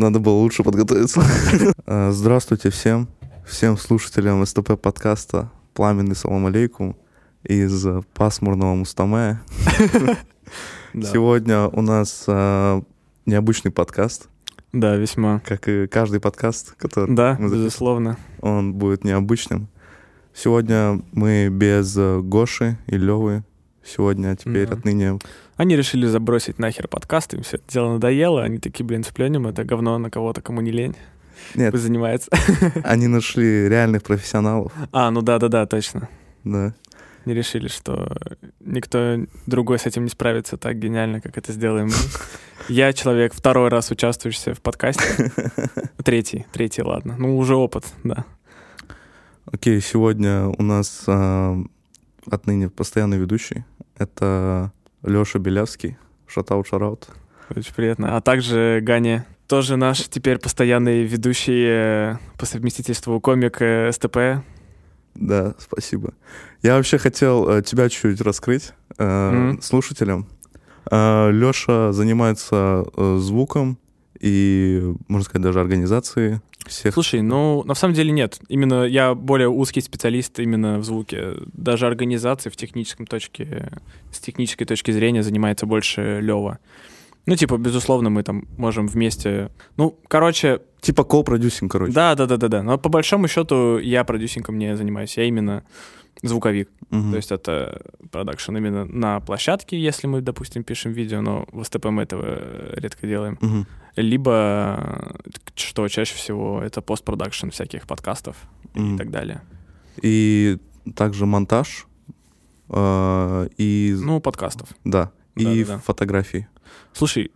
Надо было лучше подготовиться. Здравствуйте всем слушателям СТП подкаста «Пламенный салам алейкум» из пасмурного Мустамея. Сегодня у нас необычный подкаст. Да, весьма. Как и каждый подкаст, который мы записываем, безусловно. Он будет необычным. Сегодня мы без Гоши и Лёвы. Сегодня, теперь, отныне... Они решили забросить нахер подкаст, им все это дело надоело. Они такие, сплюнем это говно на кого-то, кому не лень. Нет. Пусть занимается. Они нашли реальных профессионалов. Да, точно. Да. Не решили, что никто другой с этим не справится так гениально, как это сделаем мы. Я человек, второй раз участвующий в подкасте. Третий, ладно. Уже опыт, да. Окей, сегодня у нас отныне постоянный ведущий. Это Лёша Белявский. Шатаут. Очень приятно. А также Ганя, тоже наш теперь постоянный ведущий по совместительству комик СТП. Да, спасибо. Я вообще хотел тебя чуть-чуть раскрыть слушателям. Лёша занимается звуком и, можно сказать, даже организацией всех. Слушай, на самом деле нет. Именно я более узкий специалист именно в звуке. Даже организацией с технической точки зрения занимается больше Лёва. Безусловно, мы там можем вместе... Типа ко-продюсинг, короче. Да. Но по большому счету я продюсингом не занимаюсь. Я именно звуковик. То есть это продакшн именно на площадке, если мы, допустим, пишем видео, но в СТП мы этого редко делаем. Либо, что чаще всего, это постпродакшн всяких подкастов и так далее. И также монтаж. Подкастов. Да. И фотографии. Слушай,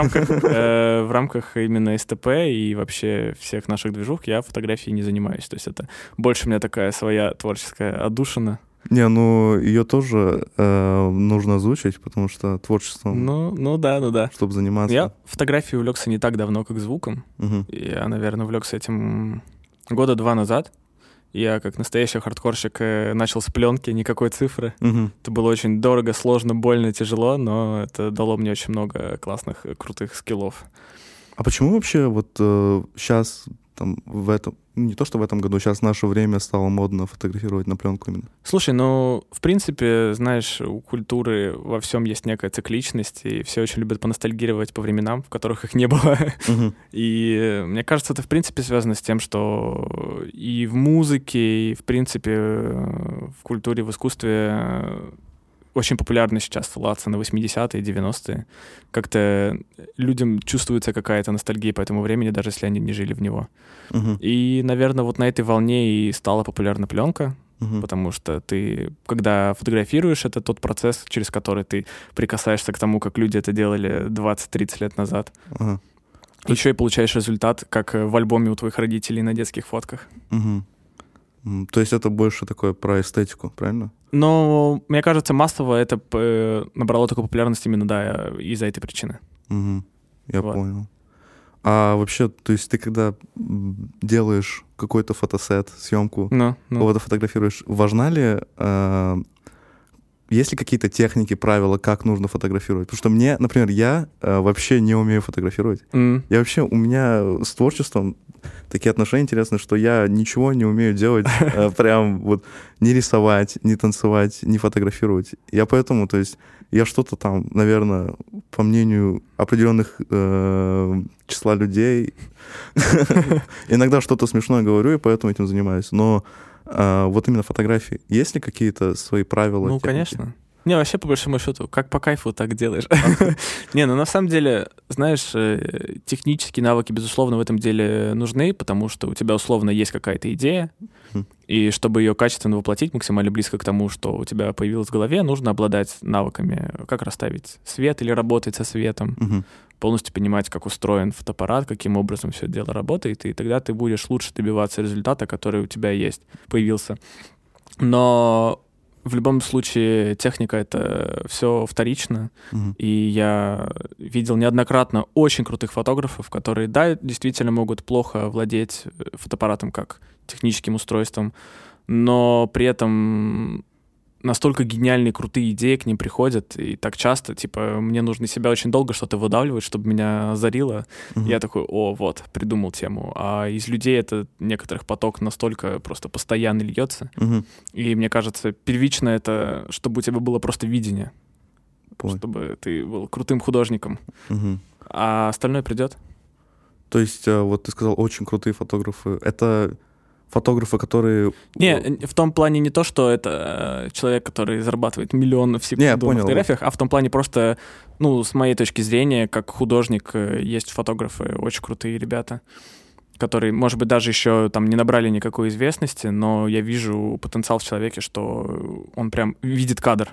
в рамках именно СТП и вообще всех наших движух я фотографией не занимаюсь. То есть это больше у меня такая своя творческая отдушина. Ее тоже нужно озвучить, потому что творчеством... Да. Чтобы заниматься. Я фотографией увлекся не так давно, как звуком. Я, наверное, увлекся этим 2 года назад. Я, как настоящий хардкорщик, начал с пленки, никакой цифры. Это было очень дорого, сложно, больно, тяжело, но это дало мне очень много классных, крутых скиллов. А почему вообще сейчас, не то что в этом году, сейчас в наше время стало модно фотографировать на пленку именно? Слушай, в принципе, знаешь, у культуры во всем есть некая цикличность, и все очень любят поностальгировать по временам, в которых их не было. И мне кажется, это, в принципе, связано с тем, что и в музыке, и, в принципе, в культуре, в искусстве очень популярно сейчас ссылаться на 80-е, 90-е. Как-то людям чувствуется какая-то ностальгия по этому времени, даже если они не жили в него. И, наверное, на этой волне и стала популярна пленка, потому что ты, когда фотографируешь, это тот процесс, через который ты прикасаешься к тому, как люди это делали 20-30 лет назад. Еще и получаешь результат, как в альбоме у твоих родителей на детских фотках. То есть это больше такое про эстетику, правильно? Но, мне кажется, массово это набрало такую популярность именно, из-за этой причины. Я понял. А вообще, то есть ты когда делаешь какой-то фотосет, съемку, кого-то фотографируешь, важна ли... Есть ли какие-то техники, правила, как нужно фотографировать? Потому что мне, например, я вообще не умею фотографировать. У меня с творчеством такие отношения интересные, что я ничего не умею делать, прям не рисовать, не танцевать, не фотографировать. Я поэтому, то есть, я что-то там, наверное, по мнению определенных числа людей, иногда что-то смешное говорю, и поэтому этим занимаюсь. Но именно фотографии. Есть ли какие-то свои правила? Техники? Конечно. Не, вообще, по большому счету, как по кайфу, так делаешь. На самом деле, знаешь, технические навыки, безусловно, в этом деле нужны, потому что у тебя, условно, есть какая-то идея, и чтобы ее качественно воплотить максимально близко к тому, что у тебя появилось в голове, нужно обладать навыками, как расставить свет или работать со светом, полностью понимать, как устроен фотоаппарат, каким образом все это дело работает, и тогда ты будешь лучше добиваться результата, который у тебя появился. Но в любом случае техника — это все вторично, и я видел неоднократно очень крутых фотографов, которые, действительно могут плохо владеть фотоаппаратом как техническим устройством, но при этом настолько гениальные, крутые идеи к ним приходят, и так часто, типа, мне нужно из себя очень долго что-то выдавливать, чтобы меня озарило. Я такой, вот, придумал тему. А из людей это некоторых поток настолько просто постоянно льется. И мне кажется, первично это, чтобы у тебя было просто видение. Чтобы ты был крутым художником. А остальное придет. То есть, вот ты сказал, очень крутые фотографы. Это фотографы, которые... Не, в том плане не то, что это человек, который зарабатывает миллионы в секунду на фотографиях, а в том плане просто, ну, с моей точки зрения, как художник, есть фотографы, очень крутые ребята, которые, может быть, даже еще там не набрали никакой известности, но я вижу потенциал в человеке, что он прям видит кадр.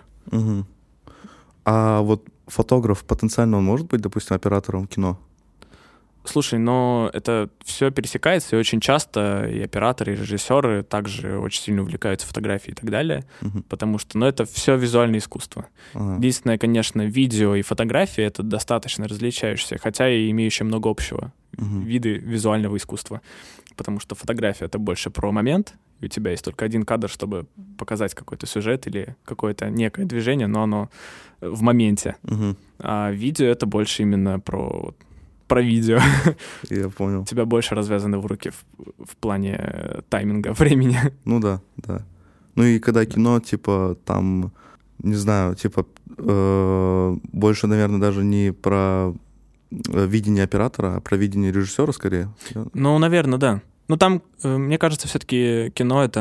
А вот фотограф потенциально он может быть, допустим, оператором кино? Слушай, но это все пересекается, и очень часто и операторы, и режиссеры также очень сильно увлекаются фотографией и так далее, потому что, ну, это все визуальное искусство. Единственное, конечно, видео и фотография — это достаточно различающиеся, хотя и имеющие много общего виды визуального искусства, потому что фотография — это больше про момент, и у тебя есть только один кадр, чтобы показать какой-то сюжет или какое-то некое движение, но оно в моменте. А видео — это больше именно про видео. Я понял. У тебя больше развязаны в руки в плане тайминга, времени. Ну да. Ну и когда кино, типа, там, не знаю, типа, больше, наверное, даже не про видение оператора, а про видение режиссера скорее. Ну, наверное, да. Ну там, мне кажется, все-таки кино —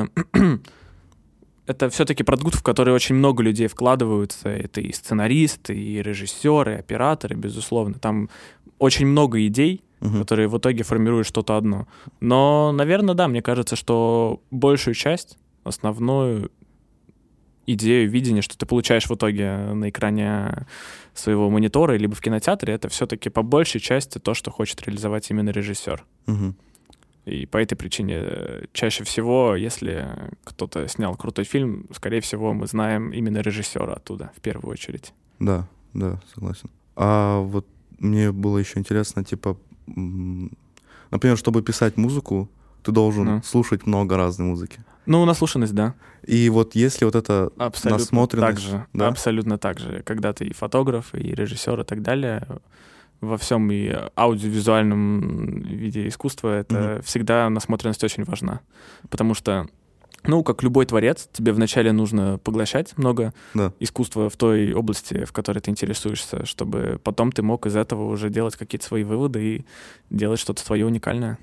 это все-таки продукт, в который очень много людей вкладываются. Это и сценаристы, и режиссеры, и операторы, безусловно. Там очень много идей, которые в итоге формируют что-то одно. Но, наверное, да, мне кажется, что большую часть, основную идею, видение, что ты получаешь в итоге на экране своего монитора либо в кинотеатре, это все-таки по большей части то, что хочет реализовать именно режиссер. И по этой причине чаще всего, если кто-то снял крутой фильм, скорее всего, мы знаем именно режиссера оттуда, в первую очередь. Да, согласен. А вот мне было еще интересно, типа, например, чтобы писать музыку, ты должен слушать много разной музыки. Ну, наслушанность, да. И вот если вот это насмотренность... Абсолютно так же. Когда ты и фотограф, и режиссер, и так далее, во всем и аудиовизуальном виде искусства это всегда насмотренность очень важна. Потому что, ну, как любой творец, тебе вначале нужно поглощать много искусства в той области, в которой ты интересуешься, чтобы потом ты мог из этого уже делать какие-то свои выводы и делать что-то свое уникальное.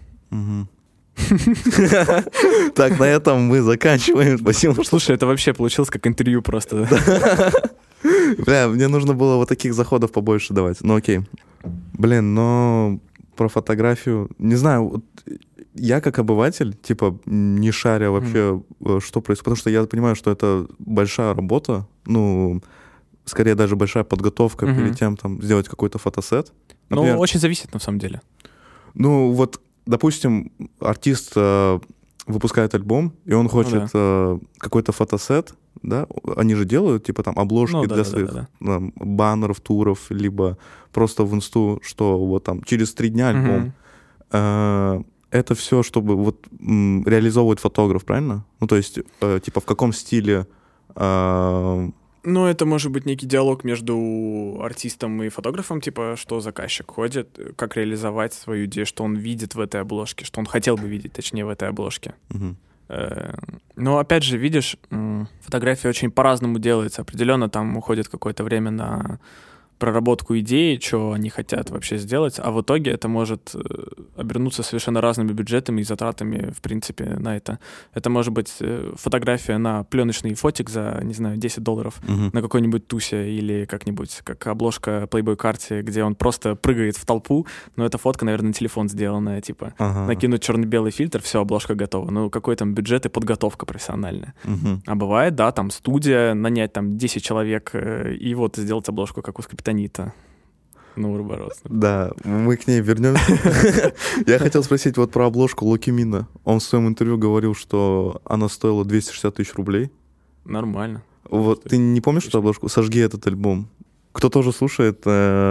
Так, на этом мы заканчиваем. Спасибо. Слушай, это вообще получилось как интервью просто. Бля, мне нужно было вот таких заходов побольше давать. Ну окей. Блин, но про фотографию... Не знаю, вот я как обыватель, типа, не шаря вообще, что происходит, потому что я понимаю, что это большая работа, ну, скорее даже большая подготовка перед тем, там, сделать какой-то фотосет. Например, ну, очень зависит, на самом деле. Ну, вот, допустим, артист выпускает альбом, и он хочет какой-то фотосет, да, они же делают, типа, там, обложки для своих там, баннеров, туров, либо просто в инсту, что вот там через 3 дня альбом. Это все, чтобы вот реализовывать фотограф, правильно? Ну, то есть, типа, в каком стиле... Ну, это может быть некий диалог между артистом и фотографом, типа, что заказчик хочет, как реализовать свою идею, что он видит в этой обложке, что он хотел бы видеть, точнее, в этой обложке. Но, опять же, видишь, фотография очень по-разному делается. Определенно там уходит какое-то время на проработку идеи, что они хотят вообще сделать, а в итоге это может обернуться совершенно разными бюджетами и затратами, в принципе, на это. Это может быть фотография на пленочный фотик за, не знаю, $10 на какой-нибудь тусе или как-нибудь, как обложка Playboy карте, где он просто прыгает в толпу, но эта фотка, наверное, на телефон сделанная, типа, накинуть черно-белый фильтр, все, обложка готова. Ну, какой там бюджет и подготовка профессиональная. А бывает, да, там студия, нанять там 10 человек и вот сделать обложку, как у Скриптонита. Ну, Урборос. Да, мы к ней вернемся. Я хотел спросить вот про обложку Локимина. Он в своем интервью говорил, что она стоила 260 тысяч рублей. Нормально. Вот ты не помнишь эту обложку? «Сожги этот альбом». Кто тоже слушает,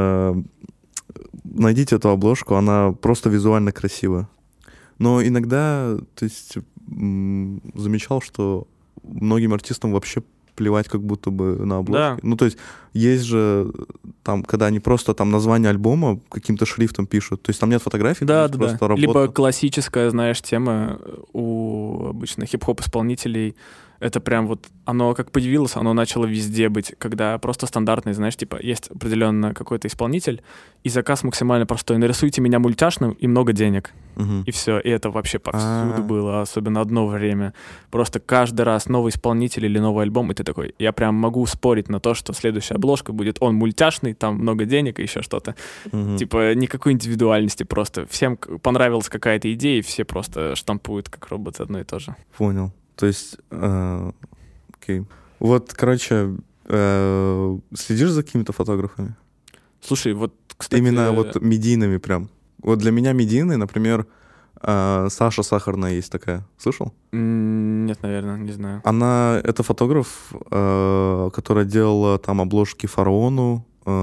найдите эту обложку, она просто визуально красивая. Но иногда, то есть, замечал, что многим артистам вообще плевать как будто бы на обложки. Да. Ну, то есть же там, когда они просто там название альбома каким-то шрифтом пишут, то есть там нет фотографий, да. Работа. Либо классическая, знаешь, тема у обычно хип-хоп-исполнителей. Это прям вот, оно как появилось, оно начало везде быть, когда просто стандартный, знаешь, типа, есть определенно какой-то исполнитель, и заказ максимально простой. Нарисуйте меня мультяшным и много денег. И все. И это вообще повсюду было, особенно одно время. Просто каждый раз новый исполнитель или новый альбом, и ты такой, я прям могу спорить на то, что следующая обложка будет он мультяшный, там много денег и еще что-то. Типа, никакой индивидуальности просто. Всем понравилась какая-то идея, и все просто штампуют как роботы одно и то же. Понял. То есть, окей. Вот, короче, следишь за какими-то фотографами? Слушай, вот, кстати... Именно вот медийными прям. Вот для меня медийный, например, Саша Сахарная есть такая. Слышал? Нет, наверное, не знаю. Это фотограф, которая делала там обложки Фараону,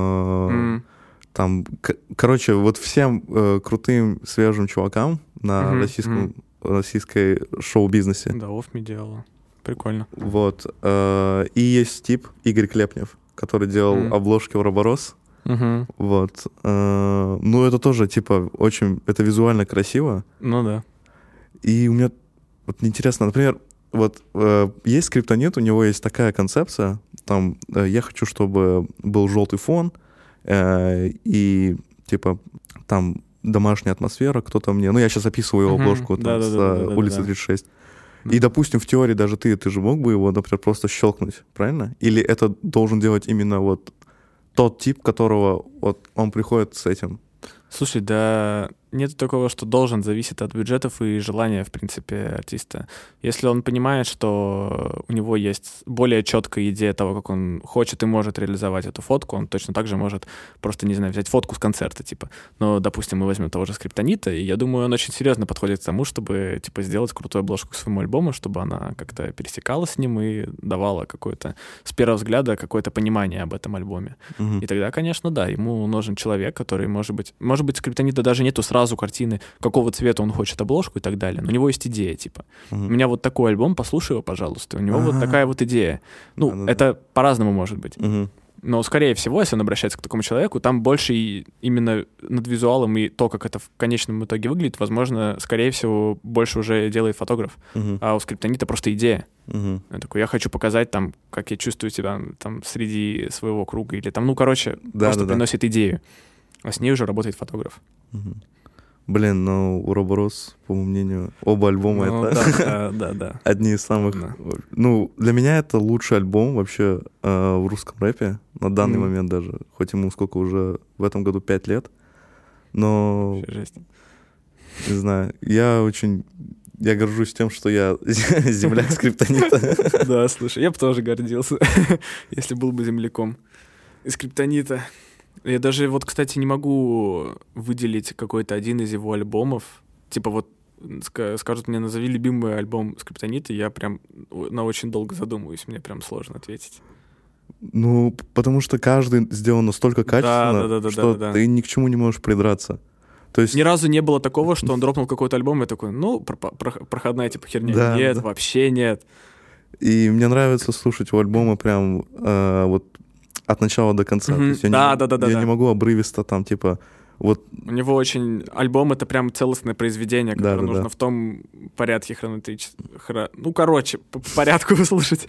там, короче, вот всем крутым, свежим чувакам на российской шоу-бизнесе. Да, Офми делала. Прикольно. Вот. И есть тип Игорь Клепнев, который делал обложки Уроборос. Вот. Ну, это тоже, типа, очень... Это визуально красиво. Ну, да. И у меня вот интересно, например, вот есть Скриптонит, у него есть такая концепция, там, я хочу, чтобы был желтый фон, и, типа, там домашняя атмосфера, кто-то мне... Ну, я сейчас описываю его обложку там, с улицы 36. И, допустим, в теории даже ты же мог бы его, например, просто щелкнуть, правильно? Или это должен делать именно вот тот тип, которого вот он приходит с этим? Слушай, да нет такого, что должен, зависит от бюджетов и желания, в принципе, артиста. Если он понимает, что у него есть более четкая идея того, как он хочет и может реализовать эту фотку, он точно так же может просто, не знаю, взять фотку с концерта, типа. Но, допустим, мы возьмем того же Скриптонита, и я думаю, он очень серьезно подходит к тому, чтобы, типа, сделать крутую обложку к своему альбому, чтобы она как-то пересекалась с ним и давала какое-то, с первого взгляда, какое-то понимание об этом альбоме. И тогда, конечно, да, ему нужен человек, который, может быть, Скриптонита даже нету сразу картины, какого цвета он хочет обложку и так далее. Но у него есть идея, типа. У меня вот такой альбом, послушай его, пожалуйста. У него вот такая вот идея. Ну, это по-разному может быть. Но, скорее всего, если он обращается к такому человеку, там больше именно над визуалом и то, как это в конечном итоге выглядит, возможно, скорее всего, больше уже делает фотограф. А у Скриптонита просто идея. Я такой, я хочу показать, там, как я чувствую себя там, среди своего круга. Или там, ну, короче, просто приносит идею. А с ней уже работает фотограф. Блин, ну, Уроборос, по моему мнению, оба альбома это одни из самых... Ну, для меня это лучший альбом вообще в русском рэпе на данный момент даже. Хоть ему сколько уже в этом году 5 лет. Но... Не знаю, я горжусь тем, что я земляк Скриптонита. Да, слушай, я бы тоже гордился, если был бы земляком из Скриптонита. Я даже вот, кстати, не могу выделить какой-то один из его альбомов. Типа вот скажут мне, назови любимый альбом Скриптонита, я прям на очень долго задумываюсь, мне прям сложно ответить. Ну, потому что каждый сделан настолько качественно, что ты ни к чему не можешь придраться. То есть... Ни разу не было такого, что он дропнул какой-то альбом, и такой, ну, проходная типа херня. Нет, вообще нет. И мне нравится слушать у альбома прям вот от начала до конца. То есть я не могу обрывисто там, типа, вот... У него очень... Альбом — это прям целостное произведение, которое нужно в том порядке Ну, короче, по порядку слушать.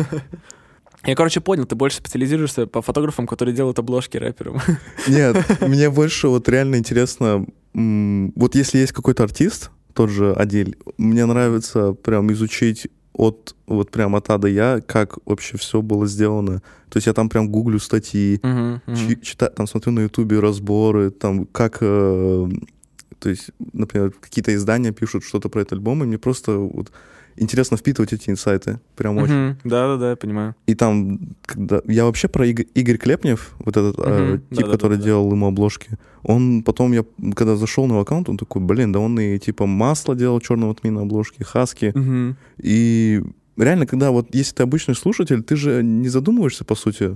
Я, короче, понял, ты больше специализируешься по фотографам, которые делают обложки рэперам. Нет, мне больше вот реально интересно... Вот если есть какой-то артист, тот же Адиль, мне нравится прям изучить от А до Я, как вообще все было сделано. То есть я там прям гуглю статьи, читаю, там смотрю на Ютубе разборы, там как... то есть, например, какие-то издания пишут что-то про этот альбом, и мне просто вот интересно впитывать эти инсайты. Прям очень. Да, я понимаю. И там, когда... Я вообще про Игорь Клепнев, вот этот тип, который делал ему обложки, он потом, я когда зашел на его аккаунт, он такой, блин, да он и типа масло делал черного тмина обложки, хаски. И реально, когда вот если ты обычный слушатель, ты же не задумываешься, по сути.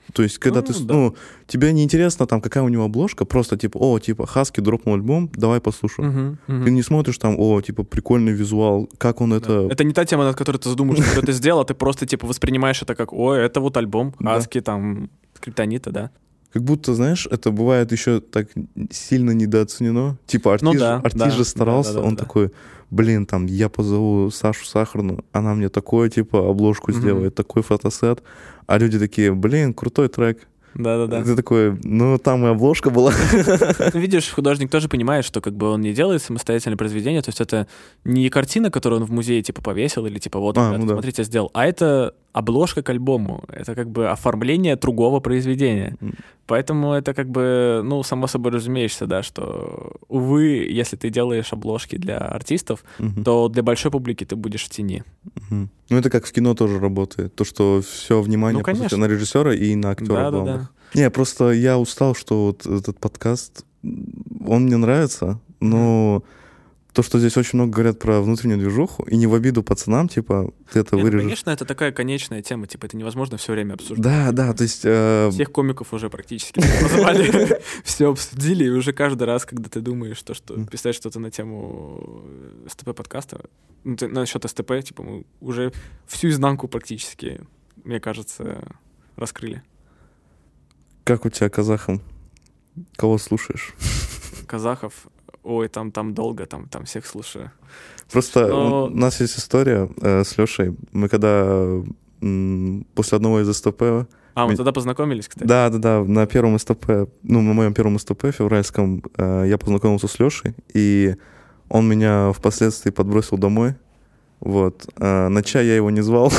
То есть, когда тебе не интересно, там, какая у него обложка, просто, типа, Хаски дропнул альбом, давай послушаем. Ты не смотришь там, прикольный визуал, как он это... Это не та тема, над которой ты задумаешь, что ты сделал, ты просто, типа, воспринимаешь это как, это вот альбом Хаски, там, Скриптонита, да. Как будто, знаешь, это бывает еще так сильно недооценено. Типа, артист же старался, он такой, блин, там, я позову Сашу Сахарну, она мне такое, типа, обложку сделает, такой фотосет. А люди такие, блин, крутой трек. Да-да-да. Ты такой, там и обложка была. Видишь, художник тоже понимает, что как бы он не делает самостоятельное произведение, то есть это не картина, которую он в музее типа повесил или типа вот, смотрите, сделал, а это обложка к альбому, это как бы оформление другого произведения. Поэтому это как бы, само собой разумеешься, да, что, увы, если ты делаешь обложки для артистов, то для большой публики ты будешь в тени. Это как в кино тоже работает. То, что все внимание по сути, на режиссера и на актера главных. Не, просто я устал, что вот этот подкаст, он мне нравится, но то, что здесь очень много говорят про внутреннюю движуху, и не в обиду пацанам, типа, ты это вырежешь. Конечно, это такая конечная тема, типа, это невозможно все время обсуждать. Да, то есть... Всех комиков уже практически называли, все обсудили, и уже каждый раз, когда ты думаешь, что писать что-то на тему СТП-подкаста, насчет СТП, типа, мы уже всю изнанку практически, мне кажется, раскрыли. Как у тебя казахом? Кого слушаешь? Казахов? Ой, там долго, там всех слушаю. Просто у нас есть история с Лешей. Мы когда после одного из СТП... мы тогда познакомились, кстати. Да, на первом СТП, на моем первом СТП февральском я познакомился с Лешей, и он меня впоследствии подбросил домой. Вот. На чай я его не звал.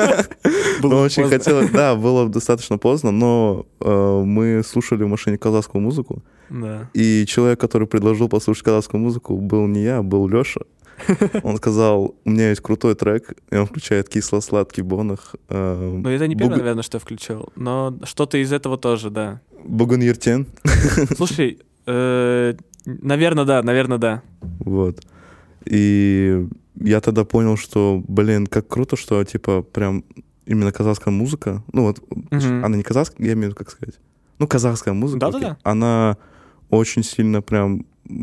Но очень хотелось... Да, было достаточно поздно, но мы слушали в машине казахскую музыку. Да. И человек, который предложил послушать казахскую музыку, был не я, был Леша. Он сказал, у меня есть крутой трек, и он включает кисло-сладкий Бонах. Ну, это не первое, наверное, что я включил, но что-то из этого тоже, да. Бугун Ертен. Слушай, наверное, да. Вот. И я тогда понял, что, как круто, что, типа, прям именно казахская музыка, она не казахская, я имею в виду, как сказать, казахская музыка, она очень сильно прям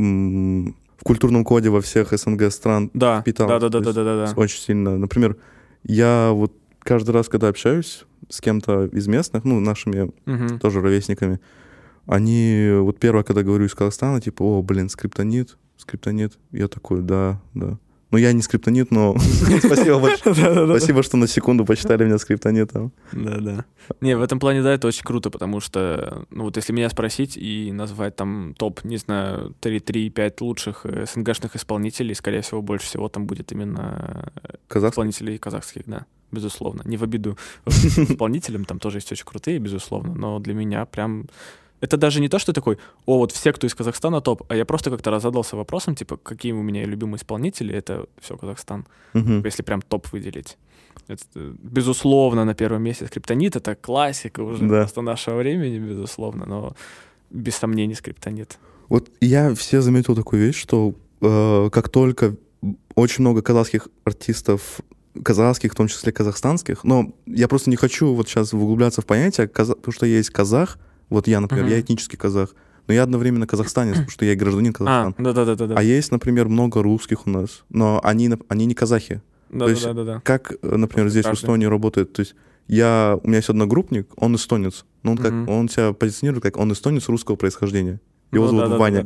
в культурном коде во всех СНГ стран впиталась. Да. Очень сильно. Например, я вот каждый раз, когда общаюсь с кем-то из местных, нашими тоже ровесниками, они, вот первое, когда говорю из Казахстана, типа, скриптонит, я такой, да. Ну, я не скриптонит, но спасибо большое. Спасибо, что на секунду почитали меня скриптонитом. Да. Не, в этом плане, да, это очень круто, потому что, вот если меня спросить и назвать там топ, не знаю, 3-5 лучших СНГшных исполнителей, скорее всего, больше всего там будет именно исполнителей казахских, да, безусловно. Не в обиду исполнителям, там тоже есть очень крутые, безусловно, но для меня прям... Это даже не то, что такой, вот все, кто из Казахстана, топ, а я просто как-то раззадался вопросом, типа, какие у меня любимые исполнители, это все Казахстан. Если прям топ выделить. Это, безусловно, на первом месте Скриптонит, это классика уже просто нашего времени, безусловно, но без сомнений Скриптонит. Вот я все заметил такую вещь, что как только очень много казахских артистов, казахских, в том числе казахстанских, но я просто не хочу вот сейчас углубляться в понятие, потому что есть казах. Вот я, например, я этнический казах, но я одновременно казахстанец, потому что я и гражданин Казахстана. Да. А есть, например, много русских у нас, но они не казахи. Да. Как, например, здесь в Эстонии работает, то есть у меня есть одногруппник, он эстонец, но он себя позиционирует как он эстонец русского происхождения. Его зовут Ваня.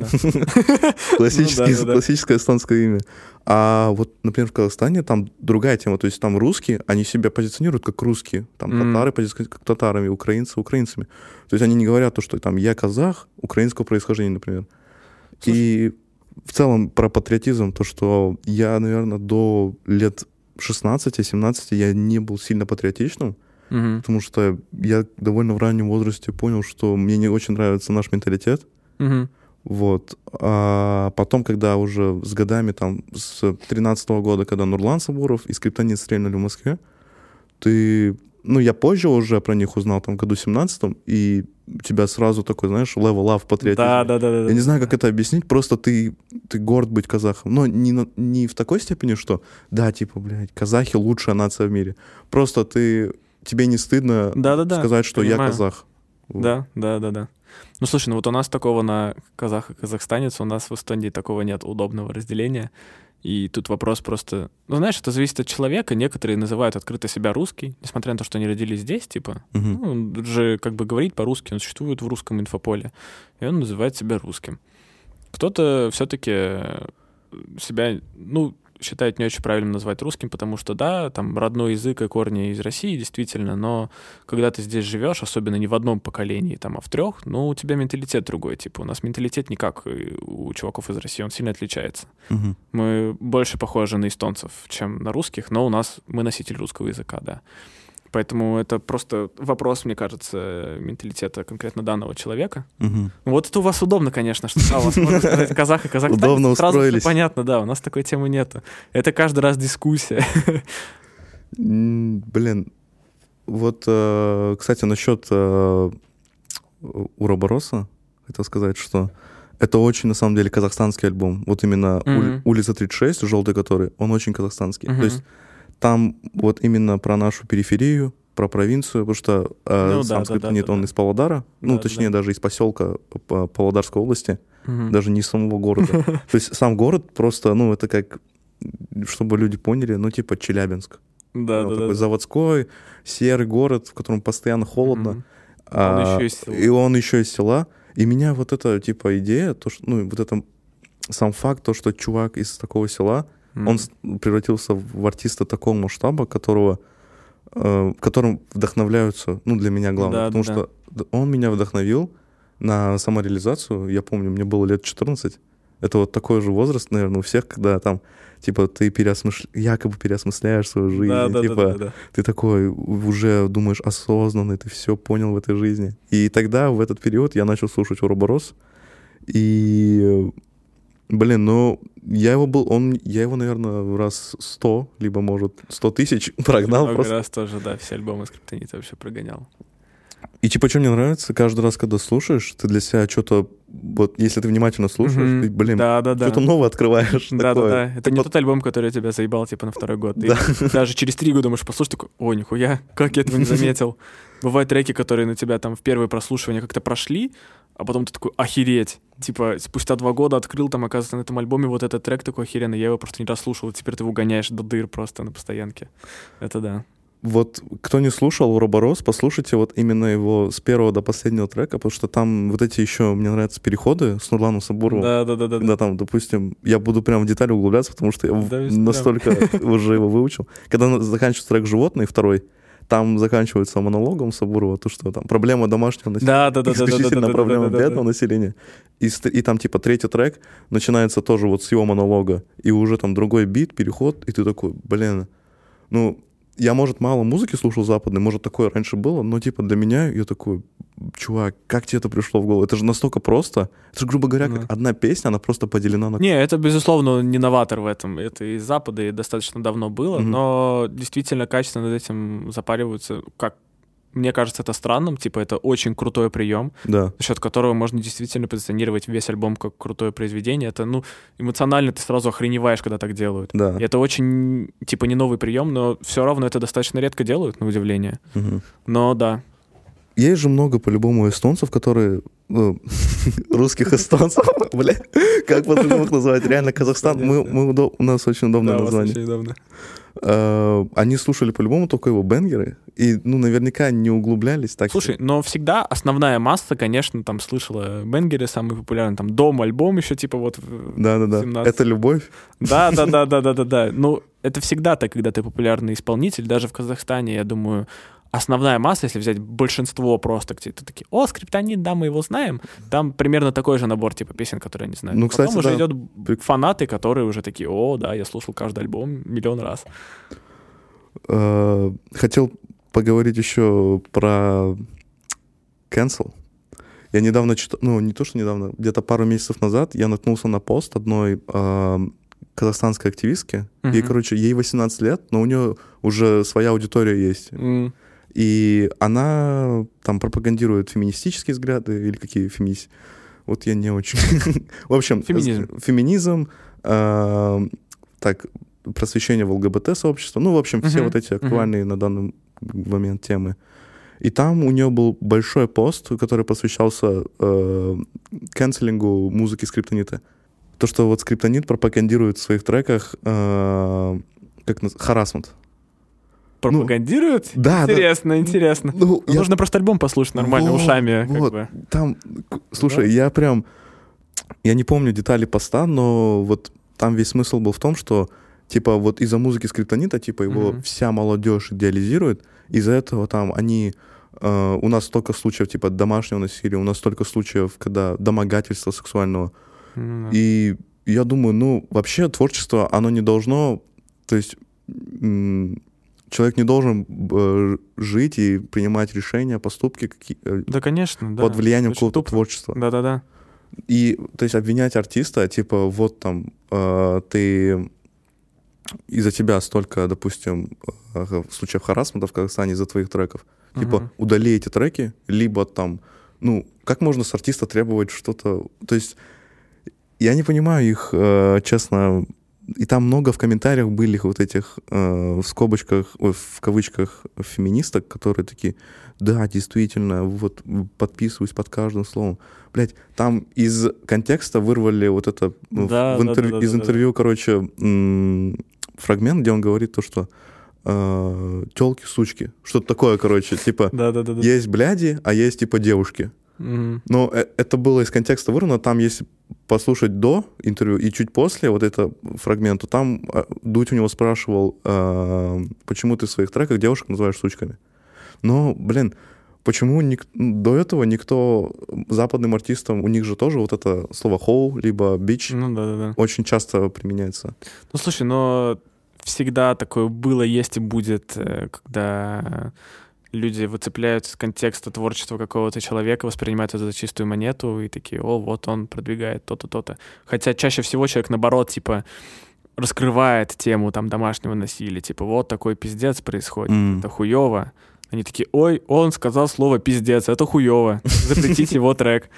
Классическое эстонское имя. А вот, например, в Казахстане там другая тема. То есть там русские, они себя позиционируют как русские. Там татары позиционируют как татарами, украинцы украинцами. То есть они не говорят то, что там я казах украинского происхождения, например. И в целом про патриотизм, то, что я, наверное, до лет 16-17 я не был сильно патриотичным, потому что я довольно в раннем возрасте понял, что мне не очень нравится наш менталитет. Вот. А потом, когда уже с годами, там, с 13-го года, когда Нурлан Сабуров и Скриптонит стрельнули в Москве, я позже уже про них узнал, там, в году 17-м, и у тебя сразу такой, знаешь, level up патриотизм. Да. Я не знаю, как это объяснить, просто ты горд быть казахом. Но не в такой степени, что, казахи лучшая нация в мире. Просто тебе не стыдно сказать, что я казах. Да. Ну, слушай, ну вот у нас такого на казах и казахстанец, у нас в Эстонии такого нет удобного разделения. И тут вопрос просто... Ну, знаешь, это зависит от человека. Некоторые называют открыто себя русский, несмотря на то, что они родились здесь, типа. Ну, он же как бы говорит по-русски, он существует в русском инфополе. И он называет себя русским. Кто-то все-таки себя, ну, считает не очень правильным назвать русским, потому что, да, там родной язык и корни из России, действительно, но когда ты здесь живешь, особенно не в одном поколении, там, а в 3, ну, у тебя менталитет другой, типа, у нас менталитет не как у чуваков из России, он сильно отличается. Мы больше похожи на эстонцев, чем на русских, но мы носитель русского языка, да. Поэтому это просто вопрос, мне кажется, менталитета конкретно данного человека. Вот это у вас удобно, конечно, что у вас можно сказать казах и казахстанец. Удобно устроились. Сразу понятно, да, у нас такой темы нету. Это каждый раз дискуссия. Блин, вот, кстати, насчет Уробороса хотел сказать, что это очень, на самом деле, казахстанский альбом. Вот именно «Улица 36», желтый который, он очень казахстанский. То есть там вот именно про нашу периферию, про провинцию, потому что сам Скриптонит, он из Павлодара, точнее, даже из поселка Павлодарской области, даже не из самого города. То есть сам город просто, это как, чтобы люди поняли, типа Челябинск. Такой заводской, серый город, в котором постоянно холодно. И он еще из села. И меня вот эта, типа, идея, то, что, вот это сам факт, то, что чувак из такого села, он превратился в артиста такого масштаба, которым вдохновляются, для меня главное, потому что он меня вдохновил на самореализацию. Я помню, мне было лет 14. Это вот такой же возраст, наверное, у всех, когда там, типа, ты якобы переосмысляешь свою жизнь. Ты такой уже думаешь осознанно, ты все понял в этой жизни. И тогда, в этот период, я начал слушать Уроборос. И... Блин, я его, наверное, раз 100, либо, может, 100 тысяч прогнал. Много раз тоже, да, все альбомы Скриптонита вообще прогонял. И типа, что мне нравится, каждый раз, когда слушаешь, ты для себя что-то, вот если ты внимательно слушаешь, ты, блин, что-то новое открываешь. Да. Это не тот альбом, который тебя заебал, типа, на 2-й год. Ты даже через 3 года можешь послушать, такой, о, нихуя, как я этого не заметил. Бывают треки, которые на тебя там в первое прослушивание как-то прошли, а потом ты такой, охереть. Типа, спустя 2 года открыл, там, оказывается, на этом альбоме вот этот трек такой охеренный, я его просто не расслушал, и теперь ты его гоняешь до дыр просто на постоянке. Это да. Вот кто не слушал Уроборос, послушайте вот именно его с первого до последнего трека, потому что там вот эти еще, мне нравятся переходы с Нурланом Сабуровым. Да. Когда там, допустим, я буду прям в детали углубляться, потому что я настолько уже его выучил. Когда заканчивается трек «Животные», 2-й, там заканчивается монологом Сабурова, то, что там проблема домашнего населения, исключительно проблема бедного населения. И там типа 3-й трек начинается тоже вот с его монолога, и уже там другой бит, переход, и ты такой, блин, я, может, мало музыки слушал западной, может, такое раньше было, но, типа, для меня, я такой, чувак, как тебе это пришло в голову? Это же настолько просто. Это же, грубо говоря, как одна песня, она просто поделена на... Не, это, безусловно, не новатор в этом. Это из Запада и достаточно давно было, но действительно качественно над этим запариваются, как мне кажется, это странным, типа, это очень крутой прием, за счет которого можно действительно позиционировать весь альбом как крутое произведение. Это, эмоционально ты сразу охреневаешь, когда так делают. Да. И это очень, типа, не новый прием, но все равно это достаточно редко делают, на удивление. Но да. Есть же много, по-любому, эстонцев, которые... русских эстонцев, бля, как по-другому их называть? Реально, Казахстан, у нас очень удобное название. Да, очень удобно. Они слушали по-любому только его бенгеры, и, наверняка не углублялись. Так. Слушай, но всегда основная масса, конечно, там слышала бенгеры, самый популярный, там, «Дом», альбом еще, типа, вот... Да. 17. Это любовь? Да. Ну, это всегда так, когда ты популярный исполнитель, даже в Казахстане, я думаю... Основная масса, если взять большинство просто, где-то такие, Скриптонит, да, мы его знаем, там примерно такой же набор типа песен, которые они знают. Кстати, потом уже идет фанаты, которые уже такие, да, я слушал каждый альбом миллион раз. Хотел поговорить еще про cancel. Я недавно читал, не то, что недавно, где-то пару месяцев назад я наткнулся на пост одной казахстанской активистки. Ей, ей 18 лет, но у нее уже своя аудитория есть. И она там пропагандирует феминистические взгляды или какие Вот я не очень... В общем, феминизм, просвещение в ЛГБТ-сообщества, в общем, все вот эти актуальные на данный момент темы. И там у нее был большой пост, который посвящался канцелингу музыки Скриптонита. То, что вот Скриптонит пропагандирует в своих треках харассмент. Пропагандирует? Да, интересно, да. Интересно. Нужно просто альбом послушать нормально, ушами. Вот, как бы. Там, слушай, да? Я не помню детали поста, но вот там весь смысл был в том, что типа вот из-за музыки Скриптонита, типа его вся молодежь идеализирует, из-за этого там они... у нас столько случаев типа домашнего насилия, у нас столько случаев, когда домогательства сексуального. И я думаю, вообще творчество, оно не должно... То есть... Человек не должен жить и принимать решения, поступки да, конечно, да. под влиянием какого-то творчества. Да. И, то есть, обвинять артиста, типа, вот там, ты из-за тебя столько, допустим, случаев харассмента в Казахстане из-за твоих треков. Типа, удали эти треки, либо там, как можно с артиста требовать что-то... То есть, я не понимаю их, честно... И там много в комментариях были вот этих в скобочках, в кавычках феминисток, которые такие, да, действительно, вот подписываюсь под каждым словом. Блять, там из контекста вырвали вот это из интервью, короче, фрагмент, где он говорит то, что тёлки, сучки, что-то такое, короче, типа есть бляди, а есть типа девушки. Но это было из контекста вырвано. Там, если послушать до интервью и чуть после вот это фрагменту, там Дудь у него спрашивал, почему ты в своих треках девушек называешь сучками. Но, почему до этого никто западным артистам, у них же тоже вот это слово «хоу» либо «бич» очень часто применяется. Слушай, но всегда такое было, есть и будет, когда... люди выцепляют из контекста творчества какого-то человека, воспринимают это за чистую монету и такие, вот он продвигает то-то, то-то. Хотя чаще всего человек, наоборот, типа, раскрывает тему там домашнего насилия, типа, вот такой пиздец происходит, это хуёво. Они такие, ой, он сказал слово пиздец, это хуёво, запретите его трек.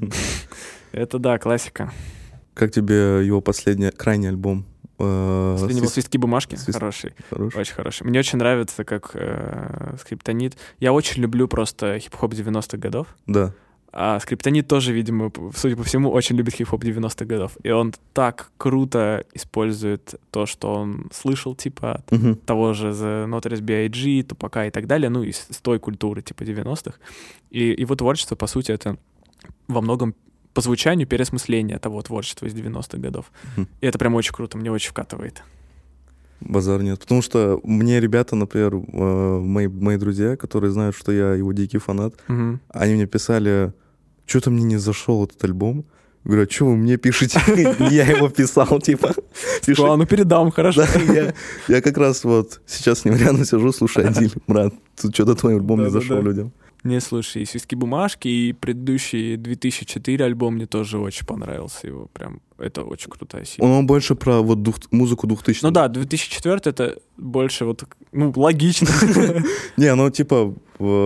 Это да, классика. Как тебе его крайний альбом? Последний был «Свистки бумажки». Хороший. Очень хороший. Мне очень нравится, как Скриптонит. Я очень люблю просто хип-хоп 90-х годов. Да. А Скриптонит тоже, видимо, судя по всему, очень любит хип-хоп 90-х годов. И он так круто использует то, что он слышал, типа, от того же The Notorious B.I.G., Тупака и так далее, из той культуры, типа, 90-х. И его творчество, по сути, это во многом по звучанию переосмысление того творчества из 90-х годов. И это прям очень круто, мне очень вкатывает. Базар нет. Потому что мне ребята, например, мои друзья, которые знают, что я его дикий фанат, они мне писали, что-то мне не зашел этот альбом. Говорю, что вы мне пишете? Я его писал, типа. Передам, хорошо. Я как раз вот сейчас с ним рядом сижу, слушай, Адиль, брат, тут что-то твой альбом не зашел людям. Не, слушай, и «Свистки бумажки», и предыдущий 2004 альбом мне тоже очень понравился. Его прям, это очень крутая сила. Он больше про вот музыку 2000-х. Ну да, 2004 это больше вот, логично. Не, типа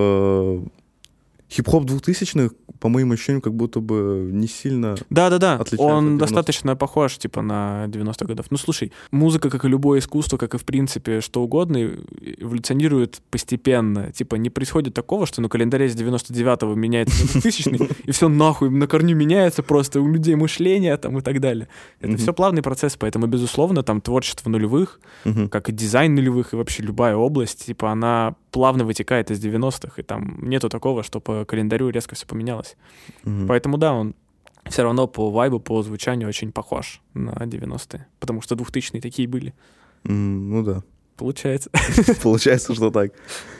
хип-хоп 2000-х, по моим ощущениям, как будто бы не сильно отличается. Он достаточно похож, типа, на 90-х годов. Слушай, музыка, как и любое искусство, как и, в принципе, что угодно, эволюционирует постепенно. Типа, не происходит такого, что на календаре с 99-го меняется на 2000-й, и все нахуй на корню меняется просто, у людей мышление там и так далее. Это все плавный процесс, поэтому, безусловно, там творчество нулевых, как и дизайн нулевых, и вообще любая область, типа, она плавно вытекает из 90-х, и там нету такого, что по календарю резко все поменялось. Поэтому да, он все равно по вайбу, по звучанию очень похож на 90-е, потому что 2000-е такие были. Ну да. Получается. Получается, что так.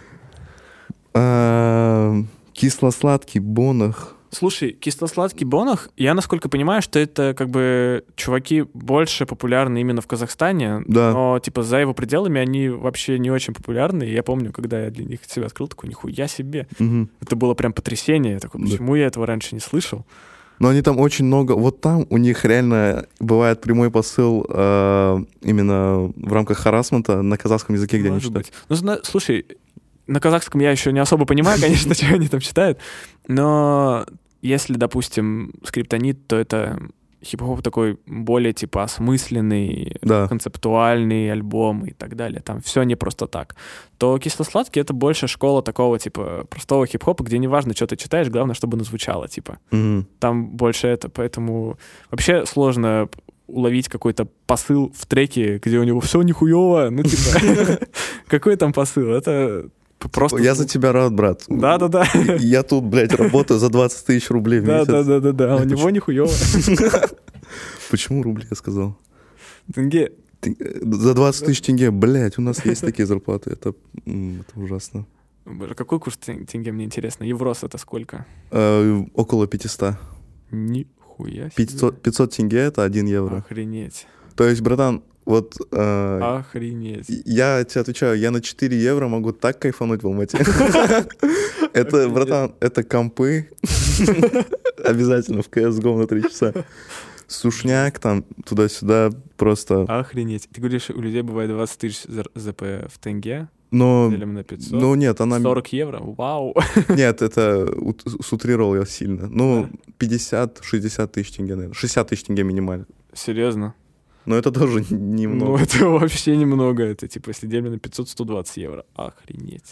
Кисло-сладкий Бонах. Слушай, кисло-сладкий Бонах, я насколько понимаю, что это как бы чуваки больше популярны именно в Казахстане, но типа за его пределами они вообще не очень популярны. И я помню, когда я для них себя открыл, такой, нихуя себе. Это было прям потрясение. Я такой, почему я этого раньше не слышал? Но они там очень много... Вот там у них реально бывает прямой посыл именно в рамках харассмента на казахском языке, где они читают. Слушай, на казахском я еще не особо понимаю, конечно, что они там читают, но если, допустим, Скриптонит, то это хип-хоп такой более, типа, осмысленный, концептуальный альбом и так далее, там все не просто так, то «Кисло-сладкий» — это больше школа такого, типа, простого хип-хопа, где не важно, что ты читаешь, главное, чтобы оно звучало, типа. Там больше это, поэтому вообще сложно уловить какой-то посыл в треке, где у него все нихуёво, ну, типа, какой там посыл? Это просто... Я за тебя рад, брат. Да-да-да. Я тут, блядь, работаю за 20 тысяч рублей в месяц. Да-да-да, у него нихуёво. Почему рубли, я сказал? Тенге. За 20 тысяч тенге, блядь, у нас есть такие зарплаты. Это ужасно. Боже, какой курс тенге, мне интересно? Еврос это сколько? Около 500. Нихуя себе. 500 тенге — это 1 евро. Охренеть. То есть, братан, вот... Охренеть. Я тебе отвечаю, я на 4 евро могу так кайфануть в Алмате. Это, братан, это компы. Обязательно в CSGO на 3 часа. Сушняк там, туда-сюда, просто... Охренеть. Ты говоришь, у людей бывает 20 тысяч ЗП в тенге? Но... Делим на 500? Ну, нет, она... 40 евро? Вау! Нет, это сутрировал я сильно. Ну, 50-60 тысяч тенге, наверное. 60 тысяч тенге минимально. Серьезно? Но это тоже немного. Ну, это вообще немного. Это, типа, если делим на 500, 120 евро. Охренеть.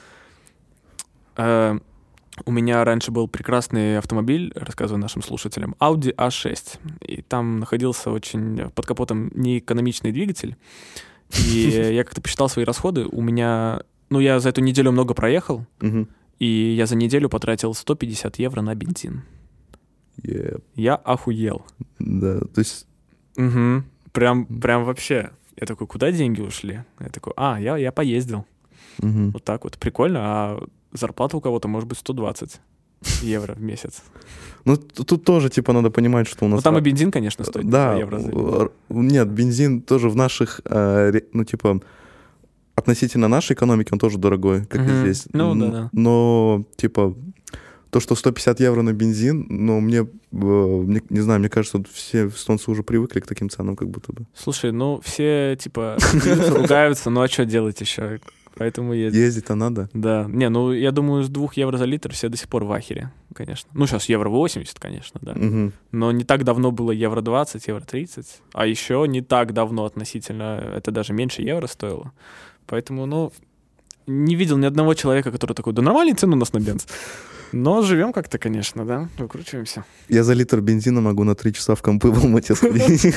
У меня раньше был прекрасный автомобиль, рассказываю нашим слушателям, Audi A6. И там находился очень под капотом неэкономичный двигатель. И я как-то посчитал свои расходы. У меня... Ну, я за эту неделю много проехал. И я за неделю потратил 150 евро на бензин. Я охуел. Да, то есть... Прям вообще. Я такой, куда деньги ушли? Я такой, я поездил. Вот так вот. Прикольно. А зарплата у кого-то может быть 120 евро в месяц. Ну, тут тоже, типа, надо понимать, что у нас... Ну, там и бензин, конечно, стоит 2 евро за литр. Нет, бензин тоже в наших, ну, типа, относительно нашей экономики он тоже дорогой, как и здесь. Ну, да. Но, типа, то, что 150 евро на бензин, ну, мне, не знаю, мне кажется, все эстонцы уже привыкли к таким ценам, как будто бы. Слушай, ну, все, типа, ругаются, ну, а что делать еще? Поэтому ездить. Ездить-то надо. Да. Не, ну, я думаю, с 2 евро за литр все до сих пор в ахере, конечно. Ну, сейчас евро 80, конечно, да. Но не так давно было евро 20, евро 30. А еще не так давно относительно, это даже меньше евро стоило. Поэтому, ну, не видел ни одного человека, который такой, да нормальные цены у нас на бенз. Но живем как-то, конечно, да, выкручиваемся. Я за литр бензина могу на 3 часа в компы в Алмате сходить.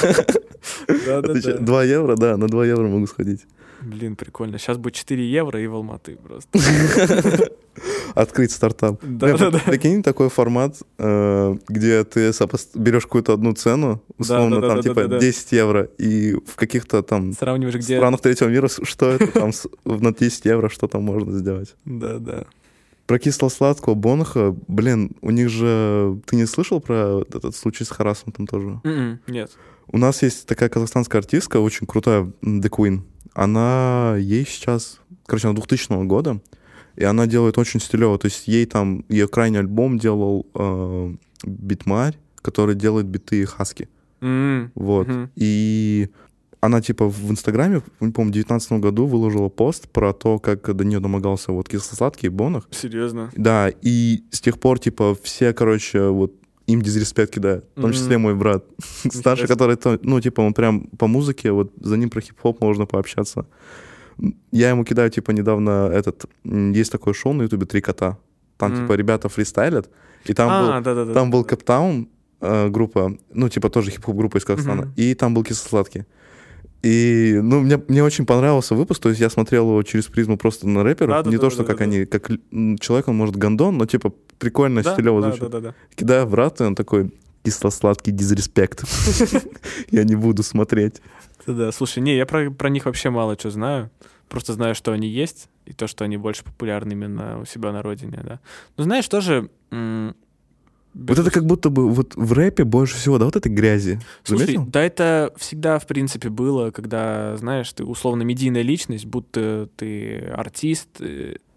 2 евро, да, на 2 евро могу сходить. Блин, прикольно. Сейчас будет 4 евро и в Алматы просто. Открыть стартап. Да. Прикинь, такой формат, где ты берешь какую-то одну цену, условно, там, типа, 10 евро, и в каких-то там странах третьего мира, что это там на 10 евро, что там можно сделать. Да. Про кисло-сладкого Бонаха, блин, у них же... Ты не слышал про этот случай с харассментом тоже? Нет. У нас есть такая казахстанская артистка, очень крутая, The Queen. Ей сейчас, она 2000 года, и она делает очень стилево. То есть ее крайний альбом делал Битмарь, который делает биты Хаски. Вот. И она, типа, в Инстаграме, не помню, в 2019 году выложила пост про то, как до нее домогался вот кисло-сладкий Бонах. Серьезно? Да, и с тех пор, типа, все, короче, вот им дизреспект кидают. В том числе мой брат старший, который, ну, типа, он прям по музыке, вот за ним про хип-хоп можно пообщаться. Я ему кидаю, типа, недавно есть такое шоу на Ютубе «Три кота». Там, типа, ребята фристайлят, и там был Кэптаун группа, ну, типа, тоже хип-хоп группа из Казахстана, и там был кисло-сладкий. И, ну, мне очень понравился выпуск, то есть я смотрел его через призму просто на рэперов, не то, что как они, как человек, он может гондон, но, типа, прикольно, стилево звучит. Кидаю в брата, и он такой, кисло-сладкий дизреспект. Я не буду смотреть. Да, слушай, я про них вообще мало что знаю. Просто знаю, что они есть, и то, что они больше популярны именно у себя на родине, да. Но знаешь, тоже... Вот это как будто бы вот в рэпе больше всего, да, вот этой грязи. Слушай, заметил? да, это всегда, в принципе, было, когда, знаешь, ты условно медийная личность, будто ты артист,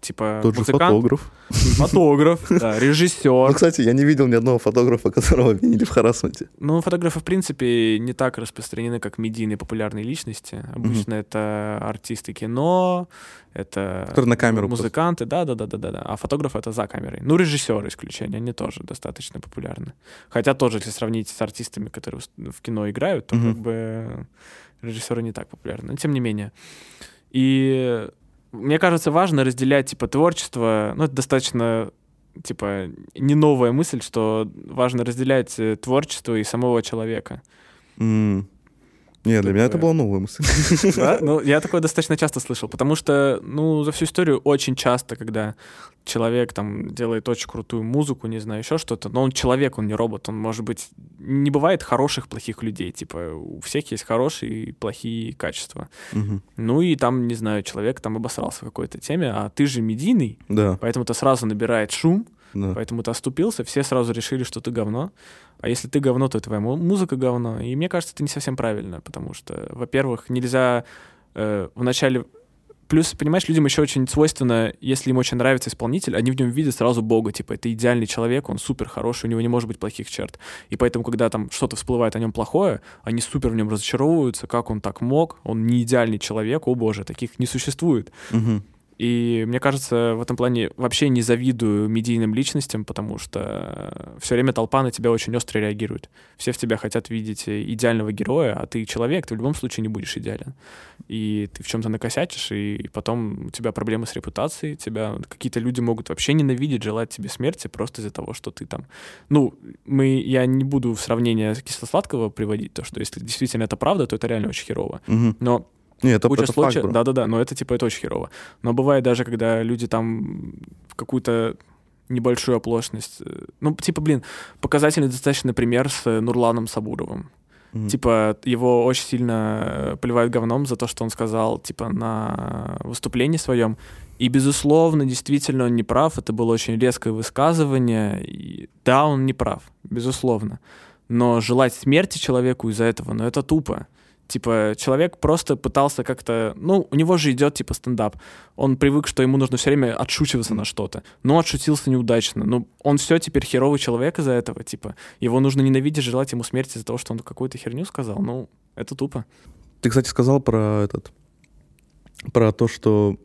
типа тот музыкант. же фотограф. Фотограф, да, режиссер. Ну, кстати, я не видел ни одного фотографа, которого обвинили в харассменте. Ну, фотографы, в принципе, не так распространены, как медийные популярные личности. Обычно это артисты кино, это которые на камеру музыканты, да. А фотограф — это за камерой. Ну, режиссеры исключение, они тоже достаточно популярны. Хотя тоже, если сравнить с артистами, которые в кино играют, то как бы режиссеры не так популярны. Но тем не менее. И мне кажется, важно разделять, типа, творчество, ну, это достаточно, типа, не новая мысль, что важно разделять творчество и самого человека. Нет, для меня это была новая мысль. Да? Ну, я такое достаточно часто слышал, потому что, ну, за всю историю очень часто, когда человек там делает очень крутую музыку, не знаю, еще что-то, но он человек, он не робот, он, может быть, не бывает хороших, плохих людей, типа, у всех есть хорошие и плохие качества. Ну, и там, не знаю, человек там обосрался в какой-то теме, а ты же медийный, поэтому это сразу набирает шум, поэтому ты оступился, все сразу решили, что ты говно. А если ты говно, то твоя музыка говно. И мне кажется, это не совсем правильно, потому что, во-первых, нельзя вначале... Плюс, понимаешь, людям еще очень свойственно, если им очень нравится исполнитель, они в нем видят сразу Бога, типа, это идеальный человек, он супер хороший, у него не может быть плохих черт. И поэтому, когда там что-то всплывает о нем плохое, они супер в нем разочаровываются, как он так мог, он не идеальный человек, о боже, таких не существует. И мне кажется, в этом плане вообще не завидую медийным личностям, потому что все время толпа на тебя очень остро реагирует. Все в тебя хотят видеть идеального героя, а ты человек, ты в любом случае не будешь идеален. И ты в чем-то накосячишь, и потом у тебя проблемы с репутацией, тебя какие-то люди могут вообще ненавидеть, желать тебе смерти просто из-за того, что ты там... Ну, я не буду в сравнение кисло-сладкого приводить, то, что если действительно это правда, то это реально очень херово. Но нет, куча случаев, факт, да, но это типа это очень херово. Но бывает даже, когда люди там в какую-то небольшую оплошность. Ну, типа, показательный достаточно пример с Нурланом Сабуровым. Типа, его очень сильно поливают говном за то, что он сказал, типа, на выступлении своем. И, безусловно, действительно он не прав. Это было очень резкое высказывание. И, да, он не прав, безусловно. Но желать смерти человеку из-за этого, ну, это тупо. Типа, человек просто пытался как-то... Ну, у него же идет, типа, стендап. Он привык, что ему нужно все время отшучиваться на что-то. Но отшутился неудачно. Ну, он все теперь херовый человек из-за этого, типа. Его нужно ненавидеть, желать ему смерти из-за того, что он какую-то херню сказал. Ну, это тупо. Ты, кстати, сказал про то, что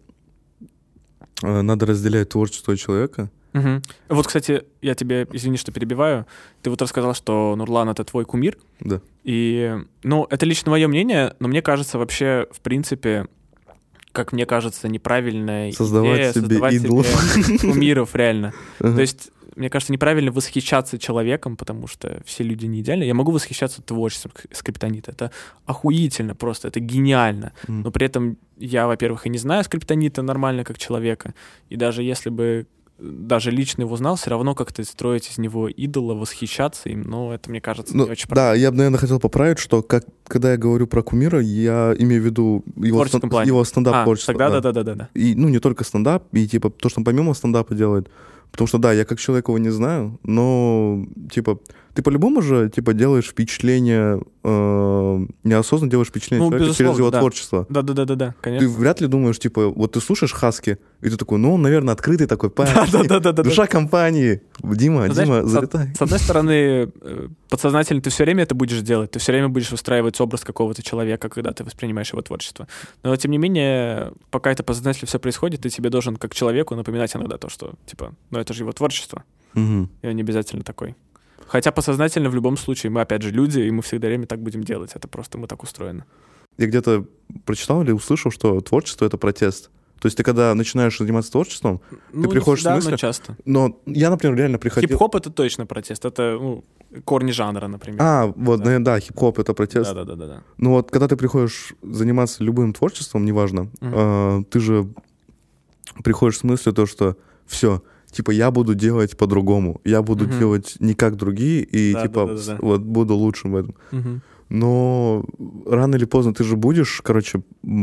надо разделять творчество человека. Вот, кстати, я тебе, извини, что перебиваю, ты вот рассказал, что Нурлан — это твой кумир. Да. И, ну, это лично мое мнение, но мне кажется, вообще, в принципе, как мне кажется, неправильная идея создавать себе кумиров, реально. То есть, мне кажется, неправильно восхищаться человеком, потому что все люди не идеальны. Я могу восхищаться творчеством Скриптонита. Это охуительно просто, это гениально. Но при этом я, во-первых, и не знаю Скриптонита нормально как человека. И даже если бы даже лично его знал, все равно как-то строить из него идола, восхищаться им, но это, мне кажется, не очень правильно. Да, я бы, наверное, хотел поправить, что когда я говорю про кумира, я имею в виду его стендап-творчество. Тогда да. И, ну, не только стендап, и, типа, то, что он помимо стендапа делает. Потому что, да, я как человек его не знаю, но, типа, ты по-любому же, типа, делаешь впечатление, неосознанно делаешь впечатление человека через его творчество. Да, конечно. Ты вряд ли думаешь, типа, вот ты слушаешь Хаски, и ты такой, ну, он, наверное, открытый такой парень. Да. Душа компании. Дима, залетай. С одной стороны, подсознательно ты все время это будешь делать, ты все время будешь выстраивать образ какого-то человека, когда ты воспринимаешь его творчество. Но, тем не менее, пока это подсознательно все происходит, ты себе должен, как человеку, напоминать иногда то, что, типа, ну, это же его творчество. И он не обязательно такой. Хотя подсознательно в любом случае мы, опять же, люди, и мы всегда время так будем делать. Это просто мы так устроены. Я где-то прочитал или услышал, что творчество — это протест. То есть ты, когда начинаешь заниматься творчеством, ты приходишь всегда, с мыслью... но часто. Но я, например, реально приходил... Хип-хоп — это точно протест. Это, ну, корни жанра, например. Вот, да, хип-хоп — это протест. Да. Ну вот, когда ты приходишь заниматься любым творчеством, неважно, ты же приходишь с мыслью то, что все, типа, я буду делать по-другому, я буду делать не как другие, и, вот буду лучшим в этом. Но рано или поздно ты же будешь, короче...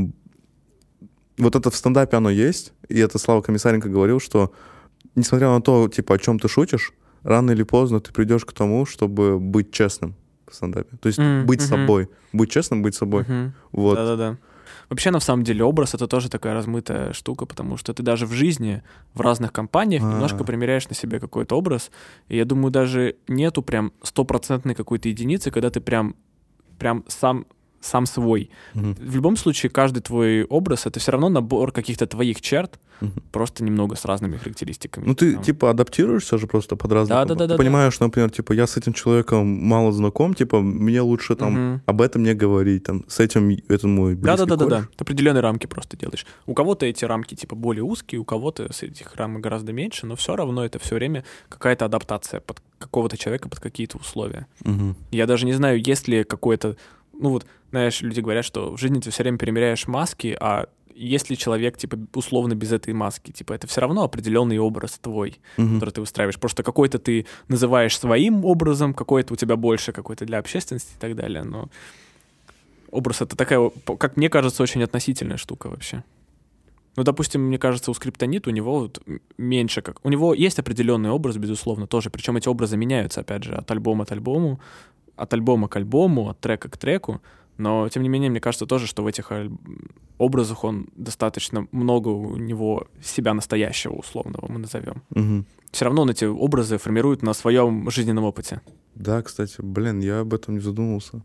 Вот это в стендапе оно есть, и это Слава Комиссаренко говорил, что несмотря на то, типа, о чем ты шутишь, рано или поздно ты придешь к тому, чтобы быть честным в стендапе. То есть быть собой. Быть честным, быть собой. Вот. Да. Вообще, на самом деле, образ — это тоже такая размытая штука, потому что ты даже в жизни, в разных компаниях немножко примеряешь на себя какой-то образ, и я думаю, даже нету прям стопроцентной какой-то единицы, когда ты прям сам свой. В любом случае, каждый твой образ — это все равно набор каких-то твоих черт, просто немного с разными характеристиками. Ну, ты, типа, адаптируешься же просто под разные... Да. Ты понимаешь, например, типа, я с этим человеком мало знаком, типа, мне лучше там об этом не говорить, там, с этим, это мой близкий кореш. Да. Ты определенные рамки просто делаешь. У кого-то эти рамки, типа, более узкие, у кого-то с этих рамок гораздо меньше, но все равно это все время какая-то адаптация под какого-то человека, под какие-то условия. Я даже не знаю, есть ли какой-то... Ну вот, знаешь, люди говорят, что в жизни ты все время примеряешь маски, а если человек, типа, условно без этой маски, типа, это все равно определенный образ твой, который ты выстраиваешь. Просто какой-то ты называешь своим образом, какой-то у тебя больше какой-то для общественности и так далее. Но образ — это такая, как мне кажется, очень относительная штука вообще. Ну, допустим, мне кажется, у Скриптонит у него вот меньше как... У него есть определенный образ, безусловно, тоже. Причем эти образы меняются, опять же, от альбома к альбому, от трека к треку. Но, тем не менее, мне кажется тоже, что в этих образах он достаточно много у него себя настоящего, условного, мы назовем. Все равно он эти образы формирует на своем жизненном опыте. Да, кстати, я об этом не задумывался.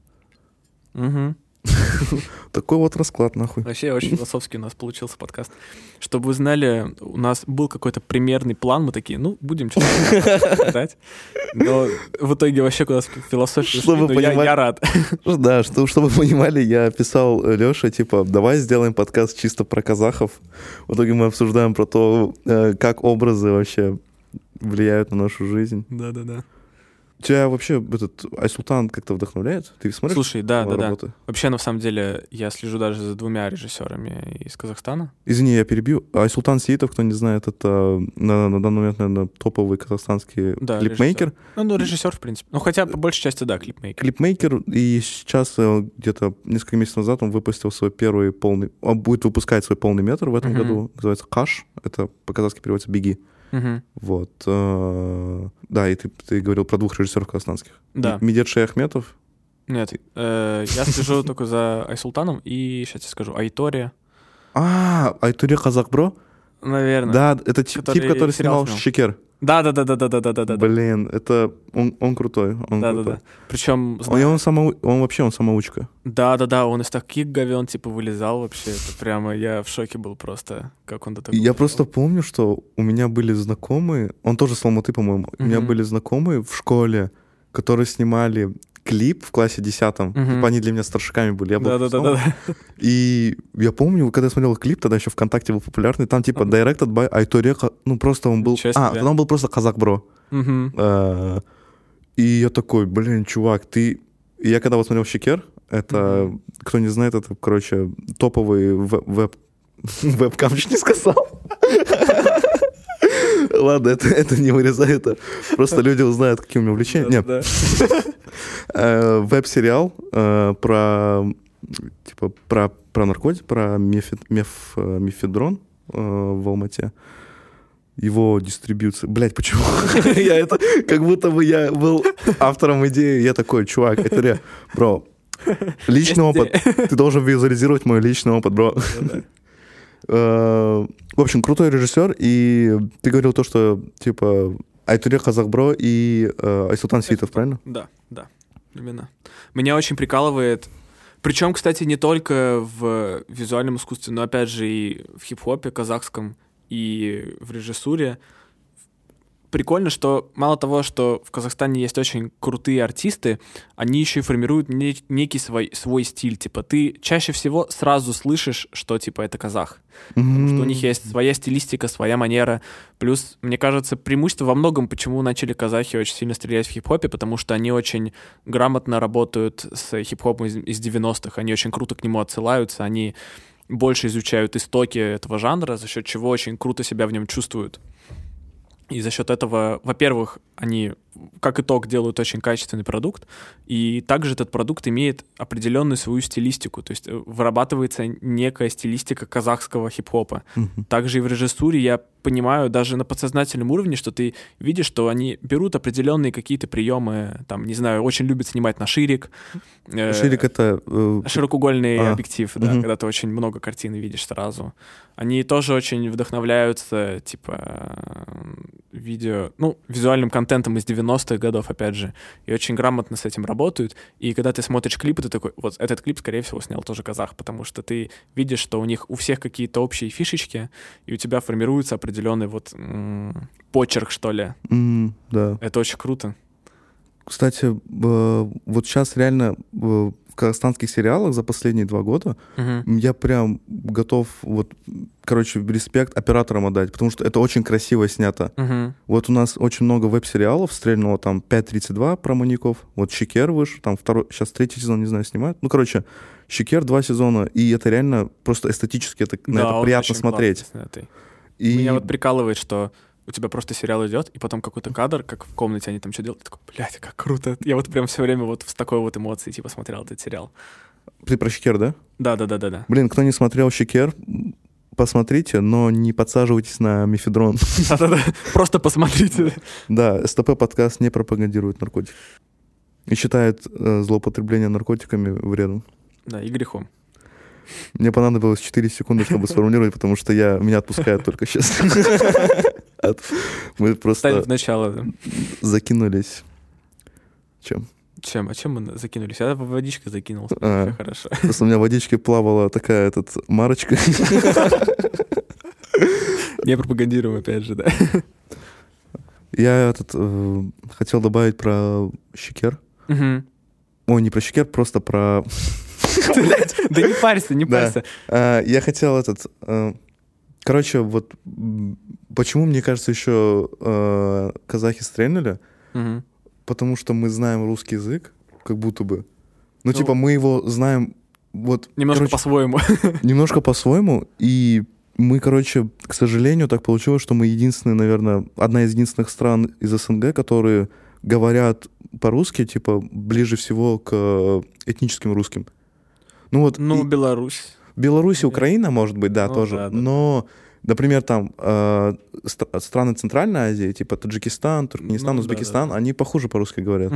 Такой вот расклад, нахуй. Вообще очень философский у нас получился подкаст. Чтобы вы знали, у нас был какой-то примерный план, мы такие, будем что-то читать. Но в итоге вообще куда-то в философию шли, я рад. Да, чтобы вы понимали, я писал Лёше, типа, давай сделаем подкаст чисто про казахов. В итоге мы обсуждаем про то, как образы вообще влияют на нашу жизнь. Да. Тебя вообще этот Айсултан как-то вдохновляет? Ты смотришь? Слушай, да. Вообще, на самом деле, я слежу даже за 2 режиссерами из Казахстана. Извини, я перебью. Айсултан Сеитов, кто не знает, это на данный момент, наверное, топовый казахстанский клипмейкер. Режиссер, в принципе. Хотя, по большей части, да, клипмейкер. Клипмейкер, и сейчас где-то несколько месяцев назад он выпустил свой первый полный... Он будет выпускать свой полный метр в этом году. Называется «Каш». Это по-казахски переводится «Беги». Вот. Да, и ты говорил про 2 режиссеров казахстанских. Да. Медет Шаяхметов. Нет, я слежу только за Айсултаном и, сейчас я скажу, Айтория. Айтория Казахбро? Наверное. Да, это тип, который снимал «Шекер». Да. Блин, это он крутой. Да. Причем... Он вообще самоучка. Да, он из таких говен типа вылезал вообще. Это прямо я в шоке был просто, как он до такого. Я просто помню, что у меня были знакомые, он тоже с Алматы, по-моему, у меня были знакомые в школе, которые снимали клип в классе 10-м. Типа они для меня старшаками были. Да. И я помню, когда я смотрел клип, тогда еще ВКонтакте был популярный, там типа directed by Айторека, просто он был... тогда он был просто Казахбро. И я такой, блин, чувак, ты... И я когда вот смотрел «Шекер», это, кто не знает, это, короче, топовый веб-кам, чуть не сказал. Ладно, это не вырезай, это просто люди узнают, какие у меня увлечения. Нет. Веб-сериал про наркотик, про мефедрон в Алмате. Его дистрибьюция. Блять, почему? Я это, как будто бы я был автором идеи. Я такой, чувак, это бро, личный опыт. Ты должен визуализировать мой личный опыт, бро. В общем, крутой режиссер, и ты говорил то, что, типа, Айтуре Казахбро и Айсултан Сеитов, правильно? Да, именно. Меня очень прикалывает, причем, кстати, не только в визуальном искусстве, но, опять же, и в хип-хопе казахском, и в режиссуре. Прикольно, что мало того, что в Казахстане есть очень крутые артисты, они еще и формируют некий свой стиль. Типа ты чаще всего сразу слышишь, что типа это казах. Потому что у них есть своя стилистика, своя манера. Плюс, мне кажется, преимущество во многом, почему начали казахи очень сильно стрелять в хип-хопе, потому что они очень грамотно работают с хип-хопом из 90-х. Они очень круто к нему отсылаются, они больше изучают истоки этого жанра, за счет чего очень круто себя в нем чувствуют. И за счет этого, во-первых, они, как итог, делают очень качественный продукт, и также этот продукт имеет определенную свою стилистику, то есть вырабатывается некая стилистика казахского хип-хопа. Также и в режиссуре я понимаю даже на подсознательном уровне, что ты видишь, что они берут определенные какие-то приемы, там, не знаю, очень любят снимать на ширик. Ширик — это... Широкоугольный объектив, да, когда ты очень много картин видишь сразу. Они тоже очень вдохновляются, типа, визуальным контентом из 90-х годов, опять же, и очень грамотно с этим работают. И когда ты смотришь клипы, ты такой, вот этот клип, скорее всего, снял тоже казах, потому что ты видишь, что у всех какие-то общие фишечки, и у тебя формируется определенный почерк, что ли. Да. Это очень круто. Кстати, вот сейчас реально в казахстанских сериалах за последние 2 года я прям готов, респект операторам отдать, потому что это очень красиво снято. Вот у нас очень много веб-сериалов стрельнуло, там 5.32 про маньяков, вот «Шекер» вышел, там сейчас 3-й сезон, не знаю, снимают. «Шекер» 2 сезона, и это реально просто эстетически, на это приятно смотреть. И меня прикалывает, что у тебя просто сериал идет, и потом какой-то кадр, как в комнате они там что делают, ты такой, блядь, как круто. Я прям все время с такой эмоцией смотрел этот сериал. Ты про «Шекер», да? Да. Блин, кто не смотрел «Шекер», посмотрите, но не подсаживайтесь на мефедрон. Да-да-да, просто посмотрите. Да, СТП-подкаст не пропагандирует наркотики. И считает злоупотребление наркотиками вредом. Да, и грехом. Мне понадобилось 4 секунды, чтобы сформулировать, потому что меня отпускают только сейчас. Мы просто в начало закинулись. Чем? А чем мы закинулись? Я водичкой закинулся. Все хорошо. Просто у меня в водичке плавала такая марочка. Не пропагандируем, опять же, да. Я хотел добавить про «Шекер». Ой, не про «Шекер», просто про... Да не парься, не парься. Я хотел короче, почему, мне кажется, еще казахи стрельнули? Потому что мы знаем русский язык, как будто бы. Мы его знаем немножко по-своему. Немножко по-своему, и мы, к сожалению, так получилось, что мы единственные, наверное, одна из единственных стран из СНГ, которые говорят по-русски, ближе всего к этническим русским. Беларусь. Беларусь и Украина, может быть, да, тоже. Да. Но, например, там страны Центральной Азии, Таджикистан, Туркменистан, Узбекистан, они похуже по-русски говорят.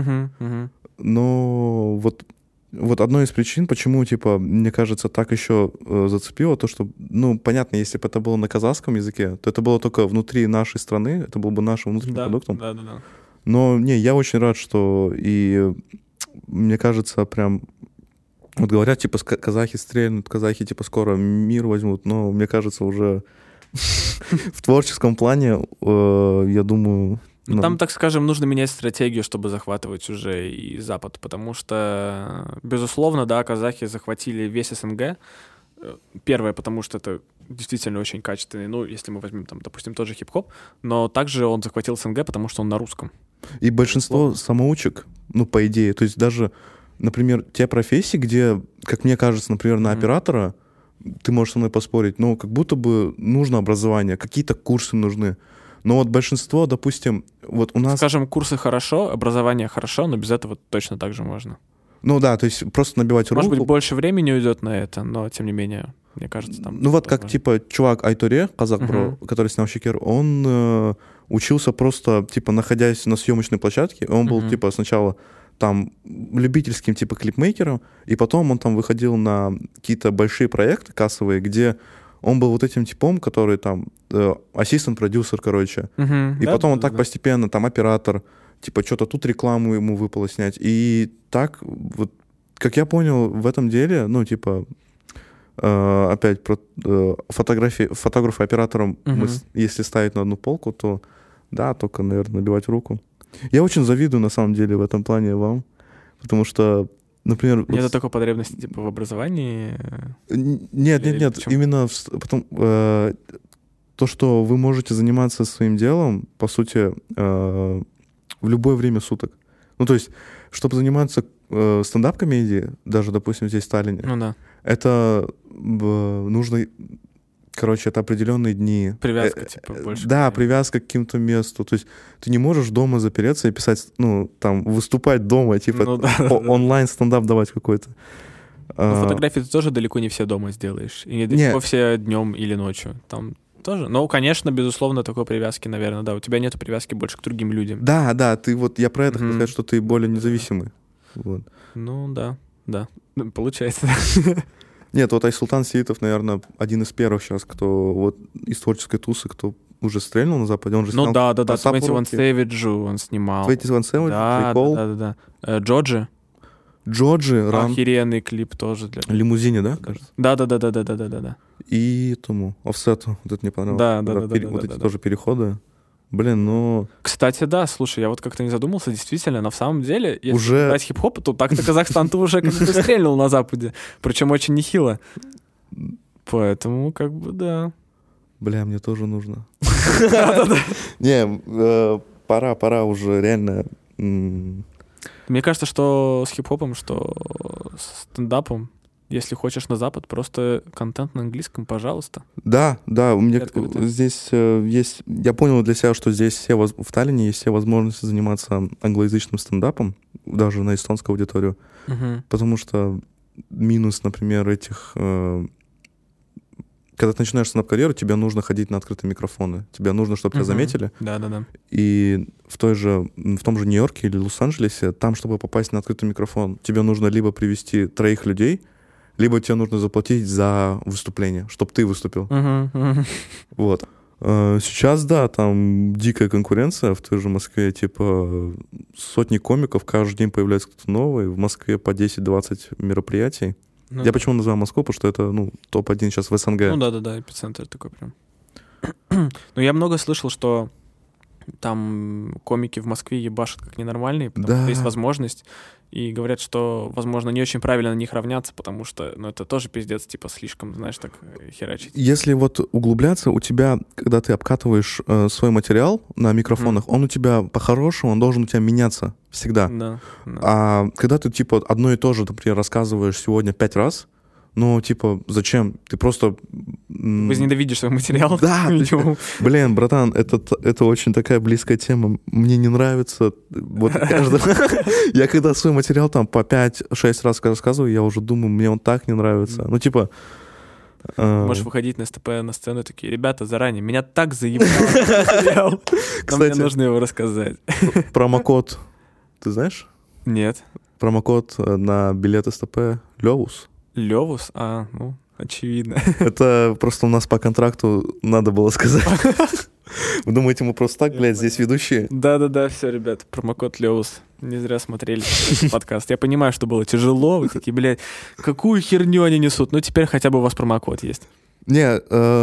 Но одной из причин, почему, мне кажется, так еще зацепило, то, что, понятно, если бы это было на казахском языке, то это было только внутри нашей страны, это был бы нашим внутренним продуктом. Да. Но, я очень рад, что и мне кажется, прям... говорят, казахи стрельнут, казахи, скоро мир возьмут, но, мне кажется, уже в творческом плане, я думаю... Там, так скажем, нужно менять стратегию, чтобы захватывать уже и Запад, потому что, безусловно, да, казахи захватили весь СНГ. Первое, потому что это действительно очень качественный, если мы возьмем, там, допустим, тот же хип-хоп, но также он захватил СНГ, потому что он на русском. И большинство самоучек, по идее, то есть даже... Например, те профессии, где, как мне кажется, например, на оператора, ты можешь со мной поспорить, как будто бы нужно образование, какие-то курсы нужны. Но большинство, допустим, у нас... Скажем, курсы хорошо, образование хорошо, но без этого точно так же можно. То есть просто набивать руку. Может быть, больше времени уйдет на это, но, тем не менее, мне кажется, там... как, чувак Айтуре, казах-бро, который снял «Шекер», он учился просто, находясь на съемочной площадке, он был, сначала... там любительским клипмейкером, и потом он там выходил на какие-то большие проекты кассовые, где он был этим типом, который там ассистент-продюсер, и потом он так постепенно, там оператор, что-то тут рекламу ему выпало снять, и так, как я понял, в этом деле, опять про фотографа оператором, если ставить на одну полку, то да, только, наверное, набивать руку. Я очень завидую, на самом деле, в этом плане вам, потому что, например... Нет такой потребности, в образовании? Нет, именно то, что вы можете заниматься своим делом, по сути, в любое время суток. То есть, чтобы заниматься стендап-комедией, даже, допустим, здесь в Таллине, это нужно... это определенные дни. Привязка, больше. Да, привязка к какому-то месту. То есть ты не можешь дома запереться и писать, выступать дома, онлайн стендап давать какой-то. Но фотографии ты тоже далеко не все дома сделаешь. И не все днем или ночью. Там тоже. Ну, конечно, безусловно, такой привязки, наверное, да. У тебя нет привязки больше к другим людям. Да, я про это хотел сказать, что ты более независимый. Вот. Ну, да, получается. Нет, вот Айсултан Сеитов, наверное, один из первых сейчас, кто вот из творческой тусы, кто уже стрельнул на Западе. Он же снял да. 21 Savage он снимал. 21 Savage, да. Джоджи, Ран. Охеренный клип тоже. Лимузине, да, кажется? Да. И тому, Офсету, вот это мне понравилось. Да. Вот эти тоже переходы. Блин, ну... Кстати, да, слушай, я вот как-то не задумался, действительно, на самом деле, если брать хип-хоп, то так-то Казахстан-то уже как бы стрельнул на Западе, причем очень нехило. Поэтому, как бы, да. Бля, мне тоже нужно. Не, пора уже, реально... Мне кажется, что с хип-хопом, что с стендапом, если хочешь на Запад, просто контент на английском, пожалуйста. Да, у меня здесь есть... Я понял для себя, что здесь в Таллине есть все возможности заниматься англоязычным стендапом, даже на эстонскую аудиторию. Потому что минус, например, этих... Когда ты начинаешь стендап-карьеру, тебе нужно ходить на открытые микрофоны. Тебе нужно, чтобы тебя заметили. Да. И в том же Нью-Йорке или Лос-Анджелесе, там, чтобы попасть на открытый микрофон, тебе нужно либо привести 3 людей, либо тебе нужно заплатить за выступление, чтобы ты выступил. Вот. Сейчас, да, там дикая конкуренция в той же Москве, типа сотни комиков, каждый день появляется кто-то новый, в Москве по 10-20 мероприятий. Я почему называю Москву, потому что это, топ-1 сейчас в СНГ. Ну да, эпицентр такой прям. Ну, я много слышал, что там комики в Москве ебашат как ненормальные, потому что есть возможность, и говорят, что, возможно, не очень правильно на них равняться, потому что, это тоже пиздец, типа, слишком, знаешь, так херачить. Если вот углубляться, у тебя, когда ты обкатываешь свой материал на микрофонах, он у тебя, по-хорошему, он должен у тебя меняться всегда. Да. А когда ты, типа, одно и то же, например, рассказываешь сегодня 5 раз, зачем? Ты просто... Возненавидишь свой материал? Да. Блин, братан, это очень такая близкая тема. Мне не нравится... Вот я когда свой материал там по 5-6 раз рассказываю, я уже думаю, мне он так не нравится. Можешь выходить на СТП на сцену и такие: ребята, заранее, меня так заебал материал. Мне нужно его рассказать. Промокод ты знаешь? Нет. Промокод на билет СТП Левус. Левус? Очевидно. Это просто у нас по контракту надо было сказать. Вы думаете, мы просто так, блядь, здесь ведущие? Да, все, ребят, промокод Левус. Не зря смотрели подкаст. Я понимаю, что было тяжело. Вы такие, блядь, какую херню они несут. Теперь хотя бы у вас промокод есть. Не,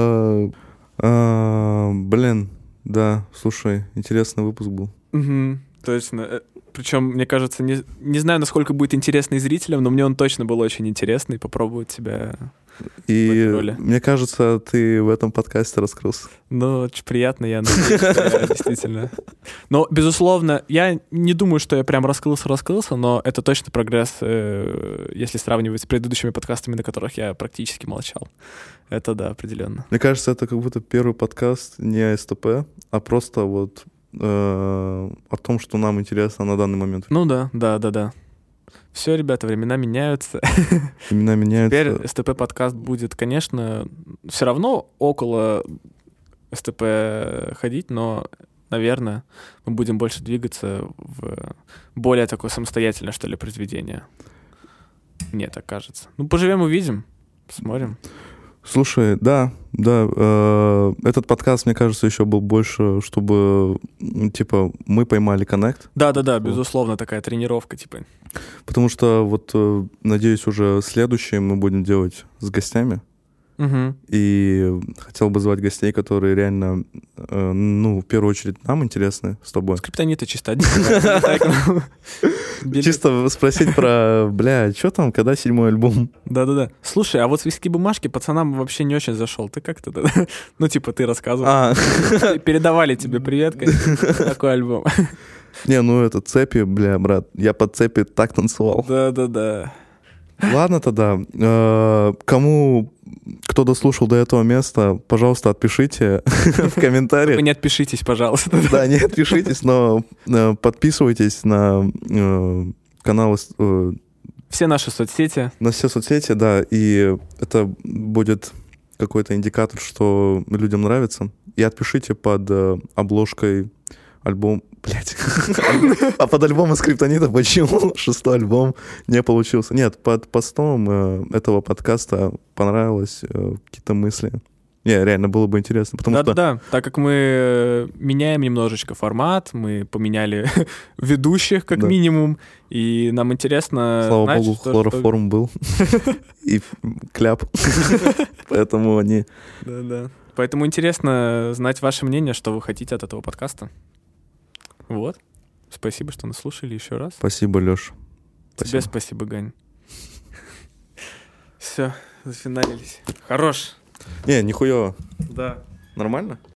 блин, да, слушай, интересный выпуск был. Точно. Причем, мне кажется, не знаю, насколько будет интересный зрителям, но мне он точно был очень интересный. Попробовать себя в этой роли. Мне кажется, ты в этом подкасте раскрылся. Очень приятно, я надеюсь, действительно. Но, безусловно, я не думаю, что я прям раскрылся, но это точно прогресс, если сравнивать с предыдущими подкастами, на которых я практически молчал. Это да, определенно. Мне кажется, это как будто первый подкаст не о СТП, а просто вот о том, что нам интересно на данный момент. Да. Все, ребята, времена меняются. Времена меняются. Теперь СТП-подкаст будет, конечно, все равно около СТП ходить, но, наверное, мы будем больше двигаться в более такое самостоятельное, что ли, произведение. Мне так кажется. Поживем, увидим, посмотрим. Слушай, да, этот подкаст, мне кажется, еще был больше, чтобы, мы поймали коннект. Да, безусловно, такая тренировка, Потому что, надеюсь, уже следующее мы будем делать с гостями. И хотел бы звать гостей, которые реально, в первую очередь, нам интересны с тобой. Скриптониты чисто. Чисто спросить про, что там, когда 7-й альбом? Да. Слушай, а вот «Виски бумажки» пацанам вообще не очень зашел. Ты как-то, ты рассказывал. Передавали тебе привет, такой альбом. Не, это цепи, брат. Я под цепи так танцевал. Да. Ладно тогда. Кто дослушал до этого места, пожалуйста, отпишите в комментариях. Вы не отпишитесь, пожалуйста. Да, не отпишитесь, но подписывайтесь на каналы. Все наши соцсети. На все соцсети, да. И это будет какой-то индикатор, что людям нравится, и отпишите под обложкой альбом... Блять. А под альбомом Скриптонита почему 6-й альбом не получился? Нет, под постом этого подкаста понравилось какие-то мысли. Не, реально было бы интересно, потому что... Да, так как мы меняем немножечко формат, мы поменяли ведущих как минимум, и нам интересно... Слава богу, хлороформ был. И кляп. Поэтому они... Да. Поэтому интересно знать ваше мнение, что вы хотите от этого подкаста. Вот. Спасибо, что нас слушали еще раз. Спасибо, Лёш. Тебе спасибо, Гань. Все, зафиналились. Хорош. Не, нихуёво. Да. Нормально?